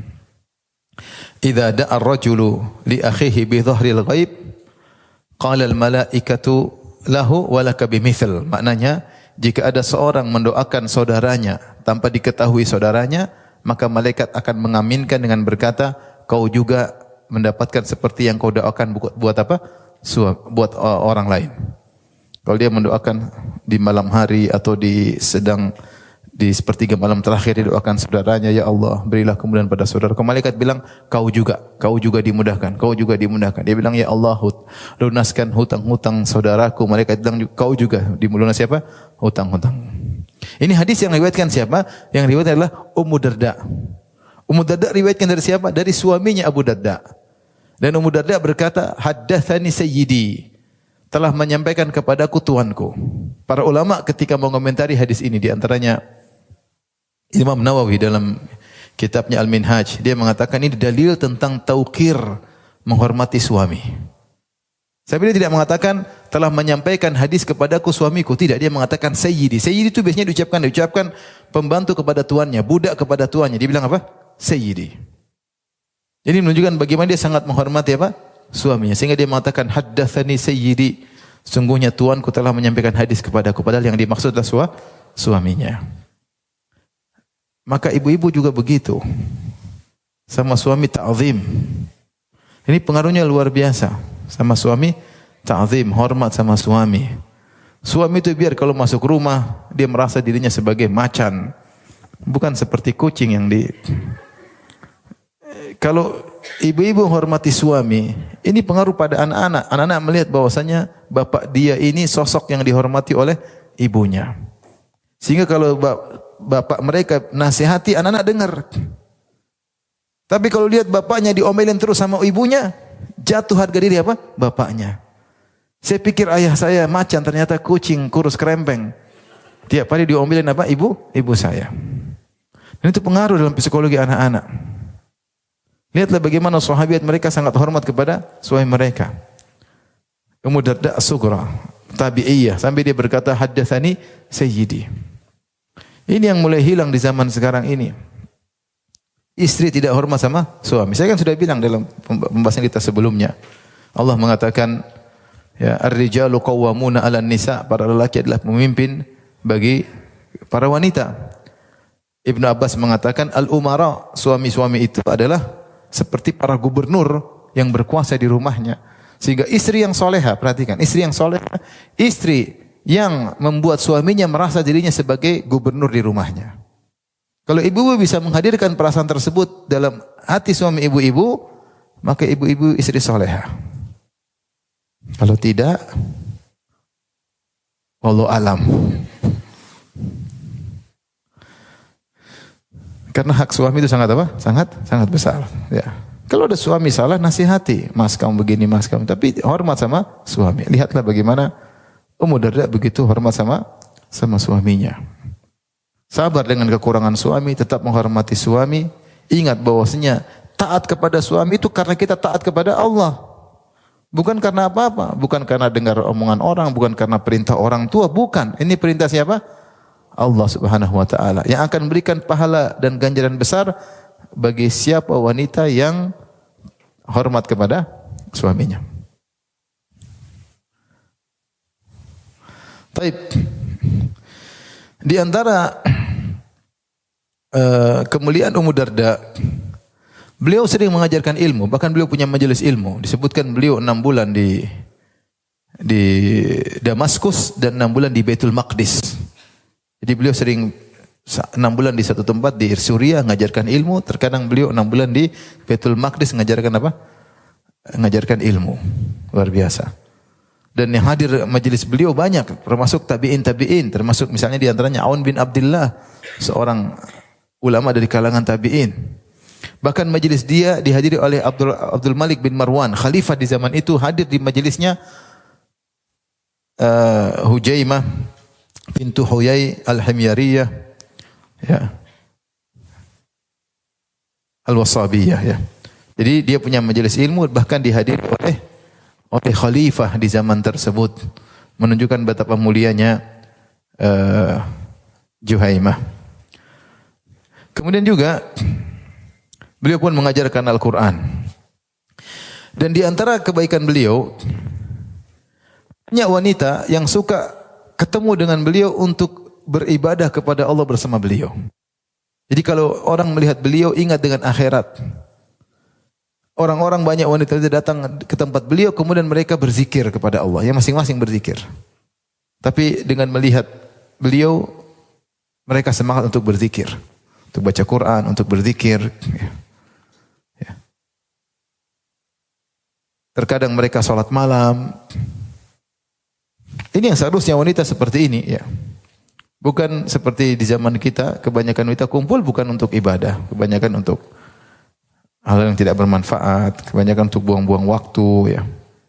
idza da'a ar-rajulu li akhihi bi dhahril ghaib qala al-malaikatu lahu wa laka bimithl. Maknanya, jika ada seorang mendoakan saudaranya tanpa diketahui saudaranya, maka malaikat akan mengaminkan dengan berkata, kau juga mendapatkan seperti yang kau doakan. Buat apa? Buat orang lain. Kalau dia mendoakan di malam hari atau di sepertiga malam terakhir, dia doakan saudaranya, ya Allah, berilah kemudahan pada saudaraku. Malaikat bilang, kau juga dimudahkan, kau juga dimudahkan. Dia bilang, ya Allah, lunaskan hutang-hutang saudaraku. Malaikat bilang, kau juga dilunasi apa? Hutang-hutang. Ini hadis yang riwayatkan siapa? Yang riwayatkan adalah Ummu Darda. Ummu Darda riwayatkan dari siapa? Dari suaminya Abu Darda. Dan Ummu Darda berkata, haddatsani sayyidi, telah menyampaikan kepadaku tuanku. Para ulama ketika mengomentari hadis ini, di antaranya Imam Nawawi dalam kitabnya Al-Minhaj, dia mengatakan ini dalil tentang taukir, menghormati suami. Tapi dia tidak mengatakan telah menyampaikan hadis kepadaku suamiku, tidak, dia mengatakan sayyidi. Sayyidi itu biasanya diucapkan pembantu kepada tuannya, budak kepada tuannya. Dia bilang apa? Sayyidi. Jadi menunjukkan bagaimana dia sangat menghormati apa? Suaminya, sehingga dia mengatakan haddatsani sayyidi, sungguhnya tuanku telah menyampaikan hadis kepadaku, padahal yang dimaksud adalah suaminya. Maka ibu-ibu juga begitu, sama suami ta'zim. Ini pengaruhnya luar biasa. Sama suami ta'zim, hormat sama suami. Suami itu biar kalau masuk rumah dia merasa dirinya sebagai macan, bukan seperti kucing yang Kalau ibu-ibu hormati suami, ini pengaruh pada anak-anak. Anak-anak melihat bahwasanya bapak dia ini sosok yang dihormati oleh ibunya. Sehingga kalau bapak mereka nasihati, anak-anak dengar. Tapi kalau lihat bapaknya diomelin terus sama ibunya, jatuh harga diri apa? Bapaknya. Saya pikir ayah saya macan, ternyata kucing kurus kerempeng. Tiap hari diomelin apa? Ibu saya. Dan itu pengaruh dalam psikologi anak-anak. Lihatlah bagaimana sahabat mereka sangat hormat kepada suami mereka. Ummu Darda as-Sughra, tabi'iyah, sampai dia berkata haddatsani sayyidi. Ini yang mulai hilang di zaman sekarang ini. Istri tidak hormat sama suami. Saya kan sudah bilang dalam pembahasan kita sebelumnya. Allah mengatakan, ya, ar-rijalu qawwamuna 'alan nisa, para lelaki adalah pemimpin bagi para wanita. Ibnu Abbas mengatakan al-umara, suami-suami itu adalah seperti para gubernur yang berkuasa di rumahnya. Sehingga istri yang soleha, perhatikan, istri yang soleha, istri yang membuat suaminya merasa dirinya sebagai gubernur di rumahnya. Kalau ibu-ibu bisa menghadirkan perasaan tersebut dalam hati suami ibu-ibu, maka ibu-ibu istri soleha. Kalau tidak, wallahu alam. Karena hak suami itu sangat apa? Sangat besar. Ya. Kalau ada suami salah, nasihati, mas kamu begini, mas kamu. Tapi hormat sama suami. Lihatlah bagaimana Ummu Darda begitu hormat sama suaminya. Sabar dengan kekurangan suami, tetap menghormati suami. Ingat bahwasanya taat kepada suami itu karena kita taat kepada Allah. Bukan karena apa-apa, bukan karena dengar omongan orang, bukan karena perintah orang tua, bukan. Ini perintah siapa? Allah Subhanahu wa taala yang akan memberikan pahala dan ganjaran besar bagi siapa wanita yang hormat kepada suaminya. Baik. Di antara kemuliaan Ummu Darda, beliau sering mengajarkan ilmu, bahkan beliau punya majelis ilmu. Disebutkan beliau 6 bulan di Damaskus dan 6 bulan di Baitul Maqdis. Jadi beliau sering 6 bulan di satu tempat di Suriah mengajarkan ilmu, terkadang beliau 6 bulan di Baitul Maqdis mengajarkan apa? Mengajarkan ilmu. Luar biasa. Dan yang hadir majelis beliau banyak, termasuk tabi'in, termasuk misalnya di antaranya Aun bin Abdullah, seorang ulama dari kalangan tabi'in. Bahkan majelis dia dihadiri oleh Abdul Malik bin Marwan, khalifah di zaman itu, hadir di majelisnya Hujaimah bintu Huyai al-Himyariyah, ya, al-Wasabiyah, ya. Jadi dia punya majelis ilmu, bahkan dihadiri oleh khalifah di zaman tersebut, menunjukkan betapa mulianya Juhaimah. Kemudian juga beliau pun mengajarkan Al-Quran. Dan di antara kebaikan beliau, banyak wanita yang suka ketemu dengan beliau untuk beribadah kepada Allah bersama beliau. Jadi kalau orang melihat beliau ingat dengan akhirat. Orang-orang banyak wanita datang ke tempat beliau, kemudian mereka berzikir kepada Allah. Yang masing-masing berzikir. Tapi dengan melihat beliau, mereka semangat untuk berzikir. Untuk baca Quran, untuk berzikir. Ya. Terkadang mereka sholat malam. Ini yang seharusnya wanita seperti ini. Ya. Bukan seperti di zaman kita, kebanyakan wanita kumpul bukan untuk ibadah. Kebanyakan untuk hal yang tidak bermanfaat, kebanyakan untuk buang-buang waktu, ya.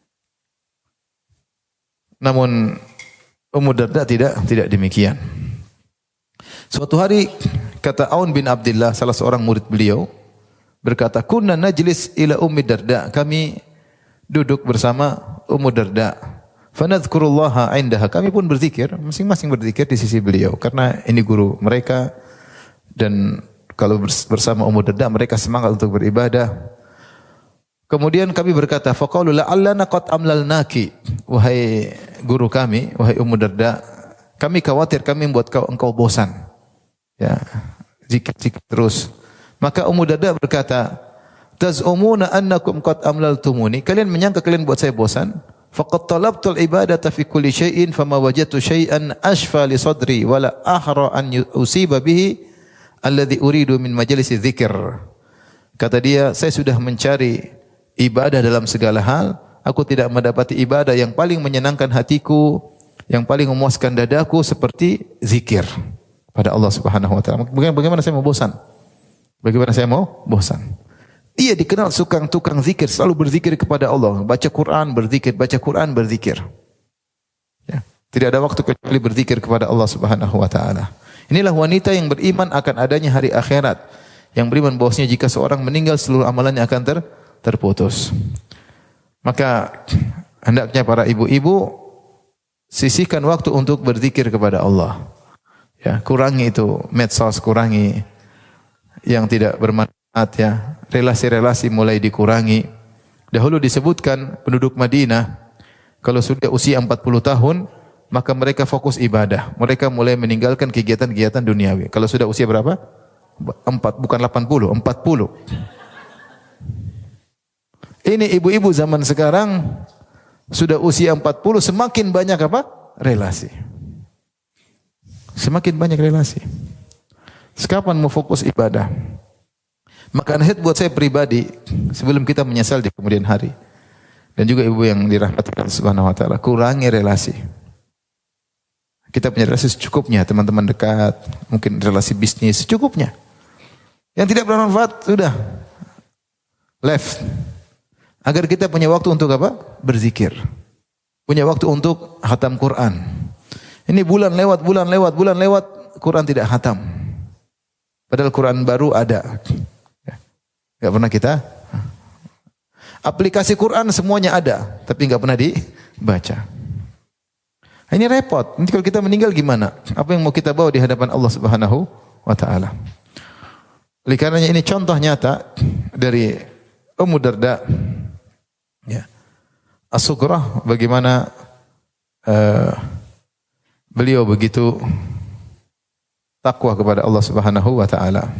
Namun Ummu Darda tidak demikian. Suatu hari kata Aun bin Abdullah, salah seorang murid beliau, berkata, "Kunna najlis ila Ummi Darda." Kami duduk bersama Ummu Darda. Fanadhkurullaha 'indaha. Kami pun berzikir, masing-masing berzikir di sisi beliau karena ini guru mereka, dan kalau bersama Ummu Darda mereka semangat untuk beribadah. Kemudian kami berkata, faqalu la'allana qad amlalnaki. Wahai guru kami, wahai Ummu Darda, kami khawatir kami membuat engkau bosan. Ya, zikir terus. Maka Ummu Darda berkata, taz'umuna annakum qad amlaltumuni. Kalian menyangka kalian buat saya bosan? Faqad talabtul ibadata fi kulli syai'in fama wajadtu syai'an ashfa li sadri wala ahra an usiba bihi alladhi uridu min majalisi dzikr. Kata dia, saya sudah mencari ibadah dalam segala hal, aku tidak mendapati ibadah yang paling menyenangkan hatiku, yang paling memuaskan dadaku seperti zikir pada Allah Subhanahu wa taala. Bagaimana saya mau bosan? Bagaimana saya mau bosan? Ia dikenal tukang zikir, selalu berzikir kepada Allah, baca Quran, berzikir. Ya, tidak ada waktu kecuali berzikir kepada Allah Subhanahu wa taala. Inilah wanita yang beriman akan adanya hari akhirat. Yang beriman bahwasanya jika seorang meninggal seluruh amalannya akan terputus. Maka hendaknya para ibu-ibu sisihkan waktu untuk berzikir kepada Allah. Ya, kurangi itu medsos, kurangi yang tidak bermanfaat, ya. Relasi-relasi mulai dikurangi. Dahulu disebutkan penduduk Madinah kalau sudah usia 40 tahun maka mereka fokus ibadah. Mereka mulai meninggalkan kegiatan-kegiatan duniawi. Kalau sudah usia berapa? 40. Ini ibu-ibu zaman sekarang sudah usia 40 semakin banyak apa? Relasi. Semakin banyak relasi. Kapan mau fokus ibadah? Maka nasihat buat saya pribadi sebelum kita menyesal di kemudian hari. Dan juga ibu yang dirahmati Allah Subhanahu wa taala, kurangi relasi. Kita punya relasi secukupnya, teman-teman dekat, mungkin relasi bisnis secukupnya. Yang tidak bermanfaat sudah left. Agar kita punya waktu untuk apa? Berzikir. Punya waktu untuk khatam Quran. Ini bulan lewat, Quran tidak khatam. Padahal Quran baru ada. Enggak pernah kita. Aplikasi Quran semuanya ada, tapi enggak pernah dibaca. Ini repot. Nanti kalau kita meninggal gimana? Apa yang mau kita bawa di hadapan Allah Subhanahu wa taala? Oleh karenanya ini contoh nyata dari Ummu Darda, ya. As-Sughra, bagaimana beliau begitu takwa kepada Allah Subhanahu wa taala.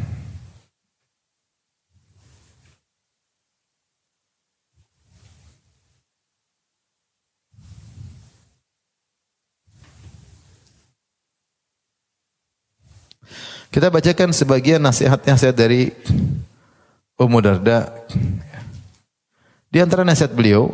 Kita bacakan sebagian nasihat-nasihat dari Ummu Darda. Di antara nasihat beliau,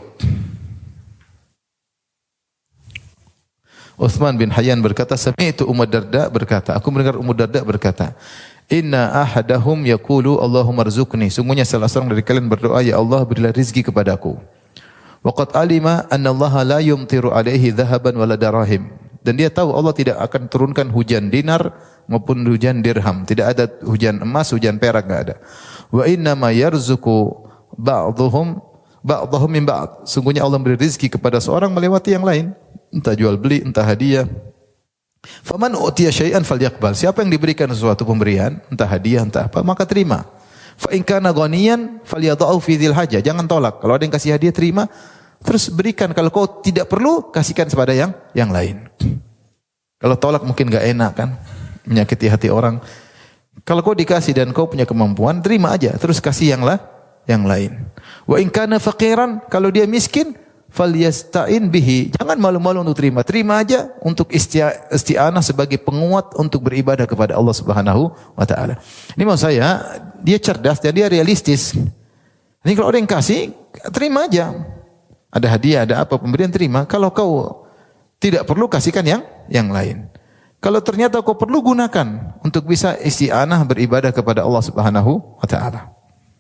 Utsman bin Hayyan berkata, sami'tu Ummu Darda berkata, aku mendengar Ummu Darda berkata, inna ahadahum yaqulu Allahumma rzuqni. Sungguhnya salah seorang dari kalian berdoa, ya Allah berilah rezeki kepadaku. Wa qad alima anna Allah la yumtiru alaihi dhahaban wala darahim. Dan dia tahu Allah tidak akan turunkan hujan dinar maupun hujan dirham. Tidak ada hujan emas, hujan perak, enggak ada. Wa inna ma yarzuqu ba'dhum min ba'd. Sungguhnya Allah memberi rezeki kepada seorang melewati yang lain. Entah jual beli, entah hadiah. Faman utiya syai'an falyaqbal. Siapa yang diberikan sesuatu pemberian, entah hadiah, entah apa, maka terima. Fa in kana ghaniyan falyadha'u fi dzil hajah. Jangan tolak. Kalau ada yang kasih hadiah, terima. Terus berikan. Kalau kau tidak perlu, kasihkan kepada yang lain. Kalau tolak mungkin enggak enak kan, menyakiti hati orang. Kalau kau dikasih dan kau punya kemampuan, terima aja. Terus kasih yang lain. Wa in kana faqiran, kalau dia miskin, falyasta'in bihi. Jangan malu-malu untuk terima. Terima aja untuk isti'anah sebagai penguat untuk beribadah kepada Allah Subhanahu wa taala. Ini maksud saya, dia cerdas dan dia realistis. Ini kalau ada yang kasih, terima aja. Ada hadiah, ada apa pemberian, terima. Kalau kau tidak perlu, kasihkan yang lain. Kalau ternyata kau perlu, gunakan untuk bisa isti'anah beribadah kepada Allah Subhanahu wa taala.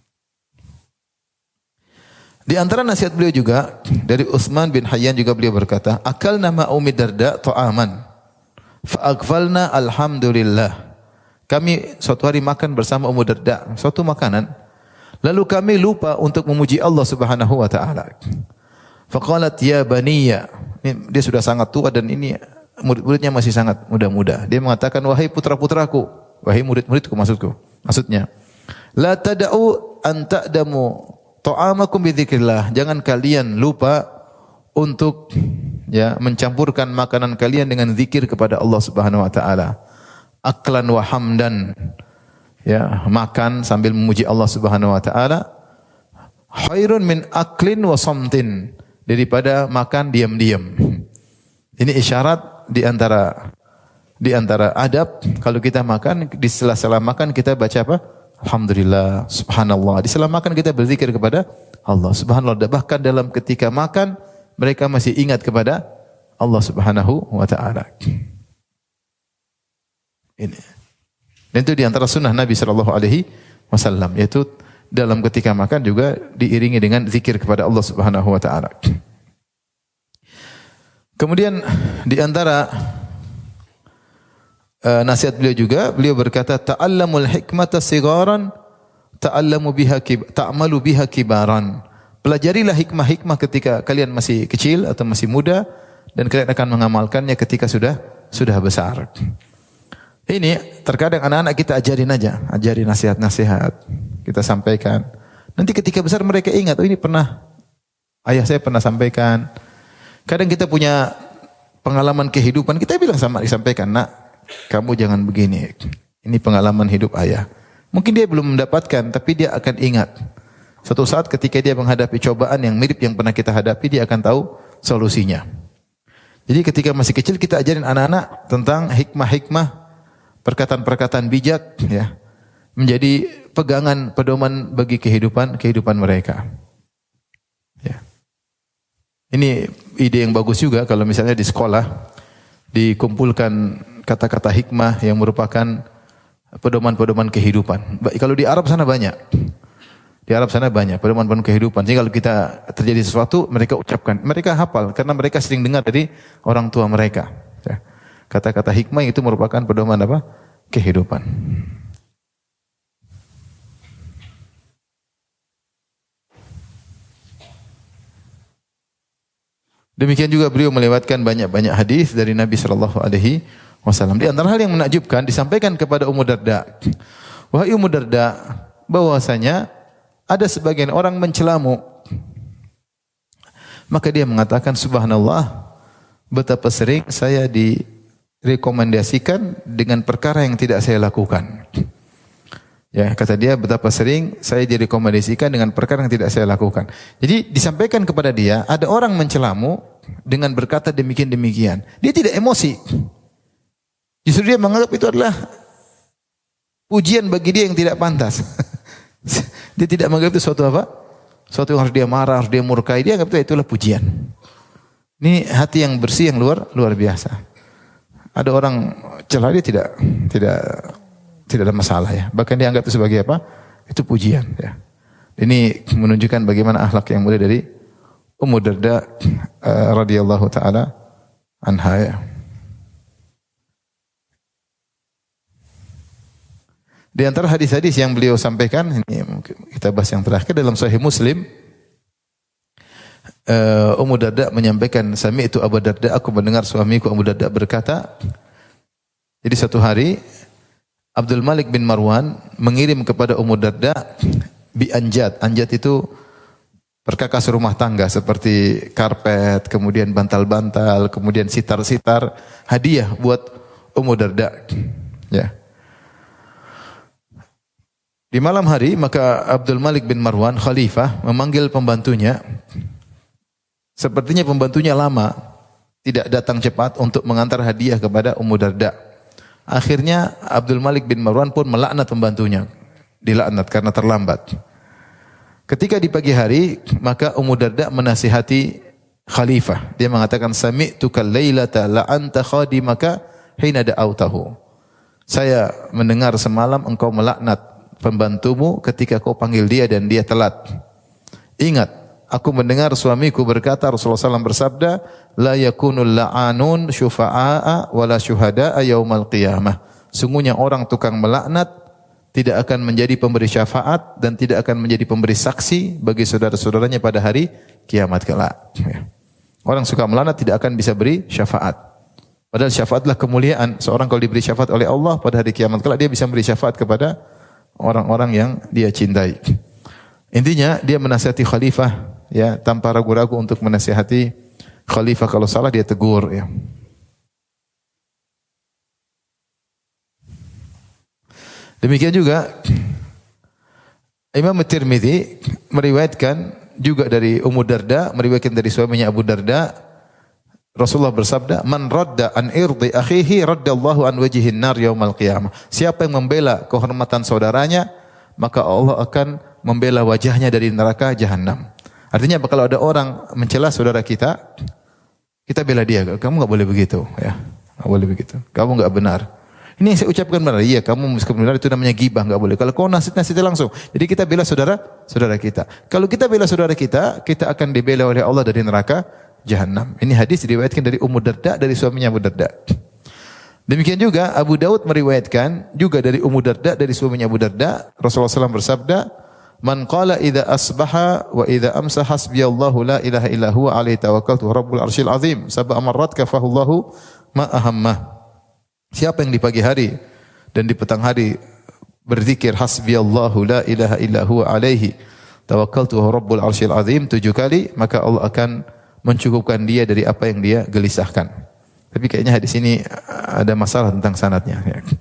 Di antara nasihat beliau juga dari Utsman bin Hayyan juga beliau berkata, akalna ma Ummi Darda ta'aman fa aghfalna alhamdulillah. Kami suatu hari makan bersama Ummu Darda suatu makanan, lalu kami lupa untuk memuji Allah Subhanahu wa taala. Faqalat ya baniya. Dia sudah sangat tua dan ini murid-muridnya masih sangat muda-muda. Dia mengatakan, wahai putra-putraku, wahai murid-muridku maksudnya, la tad'u an ta'damu ta'amakum bidzikrillah. Jangan kalian lupa untuk mencampurkan makanan kalian dengan zikir kepada Allah Subhanahu wa taala. Aklan wa hamdan. Makan sambil memuji Allah Subhanahu wa taala. Khairun min aklin wa samtin. Daripada makan diam-diam. Ini isyarat di antara adab. Kalau kita makan, di sela-sela makan kita baca apa? Alhamdulillah, subhanallah. Di sela makan kita berzikir kepada Allah Subhanallah. Bahkan dalam ketika makan, mereka masih ingat kepada Allah Subhanahu wa taala. Ini. Dan itu di antara sunnah Nabi sallallahu alaihi wasallam, yaitu dalam ketika makan juga diiringi dengan zikir kepada Allah Subhanahu wa taala. Kemudian di antara nasihat beliau juga, beliau berkata, ta'allamul hikmata sigaran ta'allamu biha ta'malu biha kibaran. Pelajarilah hikmah-hikmah ketika kalian masih kecil atau masih muda, dan kalian akan mengamalkannya ketika sudah besar. Ini terkadang anak-anak kita ajarin nasihat-nasihat, kita sampaikan. Nanti ketika besar mereka ingat, oh ini ayah saya pernah sampaikan. Kadang kita punya pengalaman kehidupan, kita disampaikan, nak, kamu jangan begini. Ini pengalaman hidup ayah. Mungkin dia belum mendapatkan, tapi dia akan ingat. Suatu saat ketika dia menghadapi cobaan yang mirip yang pernah kita hadapi, dia akan tahu solusinya. Jadi ketika masih kecil kita ajarin anak-anak tentang hikmah-hikmah, perkataan-perkataan bijak, menjadi pegangan pedoman bagi kehidupan mereka. Ini ide yang bagus juga kalau misalnya di sekolah dikumpulkan kata-kata hikmah yang merupakan pedoman-pedoman kehidupan. Kalau di Arab sana banyak. Di Arab sana banyak pedoman-pedoman kehidupan. Jadi kalau kita terjadi sesuatu, mereka ucapkan, mereka hafal karena mereka sering dengar dari orang tua mereka. Kata-kata hikmah itu merupakan pedoman apa? Kehidupan. Demikian juga beliau melewatkan banyak-banyak hadis dari Nabi sallallahu alaihi wasallam. Di antara hal yang menakjubkan disampaikan kepada Ummu Darda. Wahai Ummu Darda, bahwasanya ada sebagian orang mencelamu. Maka dia mengatakan, subhanallah, betapa sering saya direkomendasikan dengan perkara yang tidak saya lakukan. Kata dia, betapa sering saya direkomendasikan dengan perkara yang tidak saya lakukan. Jadi disampaikan kepada dia, ada orang mencelamu dengan berkata demikian-demikian. Dia tidak emosi. Justru dia menganggap itu adalah pujian bagi dia yang tidak pantas. Dia tidak menganggap itu suatu apa? Suatu yang harus dia marah, harus dia murkai. Dia anggap itulah pujian. Ini hati yang bersih yang luar biasa. Ada orang celah, dia tidak ada masalah ya. Bahkan dia anggap itu sebagai apa? Itu pujian ya. Ini menunjukkan bagaimana akhlak yang mulia dari Ummu Darda radhiyallahu taala anha ya. Di antara hadis-hadis yang beliau sampaikan, ini kita bahas yang terakhir dalam Sahih Muslim, Ummu Darda menyampaikan, sami'tu Abu Darda, aku mendengar suamiku Abu Darda berkata, jadi satu hari Abdul Malik bin Marwan mengirim kepada Ummu Darda bi anjat. Anjat itu perkakas rumah tangga seperti karpet, kemudian bantal-bantal, kemudian sitar-sitar, hadiah buat Ummu Darda. Ya. Di malam hari maka Abdul Malik bin Marwan khalifah memanggil pembantunya. Sepertinya pembantunya lama, tidak datang cepat untuk mengantar hadiah kepada Ummu Darda. Akhirnya Abdul Malik bin Marwan pun melaknat pembantunya. Dilaknat karena terlambat. Ketika di pagi hari, maka Ummu Darda menasihati khalifah. Dia mengatakan, sami'tuka lailata la'anta khadimaka hina da'autahu. Saya mendengar semalam engkau melaknat pembantumu ketika kau panggil dia dan dia telat. Ingat, aku mendengar suamiku berkata, Rasulullah SAW bersabda, la yakunul la'anun syufa'a wala syuhada'a yaumal qiyamah. Sungguhnya orang tukang melaknat tidak akan menjadi pemberi syafaat dan tidak akan menjadi pemberi saksi bagi saudara-saudaranya pada hari kiamat kelak. Orang suka melaknat tidak akan bisa beri syafaat. Padahal syafaatlah kemuliaan. Seorang kalau diberi syafaat oleh Allah pada hari kiamat kelak, dia bisa beri syafaat kepada orang-orang yang dia cintai. Intinya dia menasihati khalifah ya, tanpa ragu-ragu untuk menasihati khalifah, kalau salah dia tegur ya. Demikian juga Imam Tirmidzi meriwayatkan juga dari Ummu Darda, meriwayatkan dari suaminya Abu Darda, Rasulullah bersabda, "Man radda an irdi akhihi raddallahu an wajhin nar yaumal qiyamah." Siapa yang membela kehormatan saudaranya, maka Allah akan membela wajahnya dari neraka jahanam. Artinya kalau ada orang mencela saudara kita, kita bela dia. Kamu enggak boleh begitu, ya. Enggak boleh begitu. Kamu enggak benar. Ini yang saya ucapkan benar. Iya, kamu meskipun benar itu namanya ghibah, enggak boleh. Kalau kau nasihati langsung. Jadi kita bela saudara kita. Kalau kita bela saudara kita, kita akan dibela oleh Allah dari neraka jahanam. Ini hadis diriwayatkan dari Ummu Darda dari suaminya Abu Darda. Demikian juga Abu Daud meriwayatkan juga dari Ummu Darda dari suaminya Abu Darda, Rasulullah SAW bersabda, "Man qala idza asbaha wa idza amsa hasbiyallahu la ilaha illa huwa alaihi tawakkaltu rabbul arsyil azim sab'a marrat kafahullahu ma ahamma." Siapa yang di pagi hari dan di petang hari berzikir hasbiyallahu la ilaha illa huwa alaihi tawakkaltu rabbul arsyil azim 7 kali, maka Allah akan mencukupkan dia dari apa yang dia gelisahkan. Tapi kayaknya hadis ini ada masalah tentang sanadnya.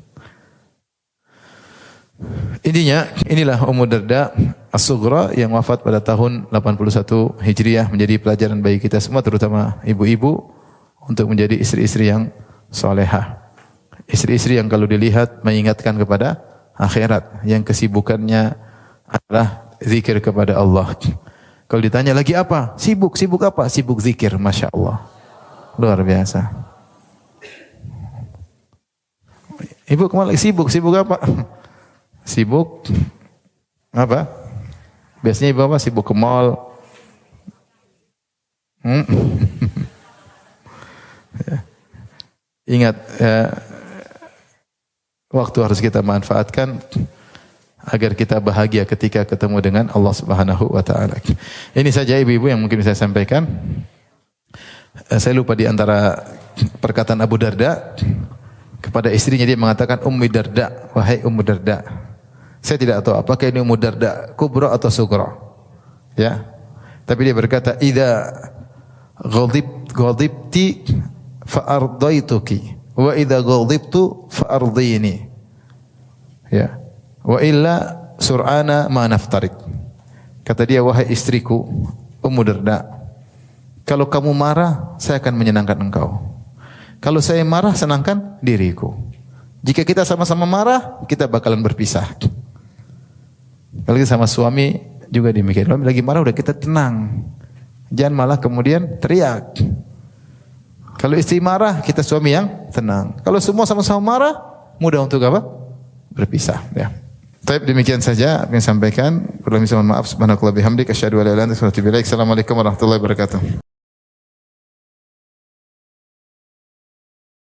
Intinya, inilah Ummu Darda As-Sughra yang wafat pada tahun 81 Hijriah, menjadi pelajaran bagi kita semua, terutama ibu-ibu, untuk menjadi istri-istri yang salehah. Istri-istri yang kalau dilihat mengingatkan kepada akhirat, yang kesibukannya adalah zikir kepada Allah. Kalau ditanya lagi apa? Sibuk apa? Sibuk zikir, Masya Allah. Luar biasa. Ibu kemana lagi sibuk apa? Sibuk apa? Biasanya ibu apa? Sibuk ke mall. Ingat, waktu harus kita manfaatkan agar kita bahagia ketika ketemu dengan Allah Subhanahu wa taala. Ini saja ibu-ibu yang mungkin saya sampaikan. Saya lupa di antara perkataan Abu Darda kepada istrinya, dia mengatakan, "Ummi Darda, wahai Ummu Darda." Saya tidak tahu apakah ini Ummu Darda kubra atau sughra. Ya. Tapi dia berkata, "Idza ghadibti fa ardaituki wa idza ghadibtu fa ardini." Ya. Wa illa sur'ana ma naftarik. Kata dia, wahai istriku Ummu Darda, kalau kamu marah, saya akan menyenangkan engkau. Kalau saya marah, senangkan diriku. Jika kita sama-sama marah, kita bakalan berpisah. Kalau kita sama suami juga demikian. Kalau lagi marah, udah kita tenang. Jangan malah kemudian teriak. Kalau istri marah, kita suami yang tenang. Kalau semua sama-sama marah, mudah untuk apa? Berpisah. Ya. Baik, demikian saja yang saya sampaikan. Kurang lebih mohon maaf. Subhanallahi wa bihamdihi asyhadu an la ilaha illa anta astaghfiruka wa atubu ilaik. Assalamualaikum warahmatullahi wabarakatuh.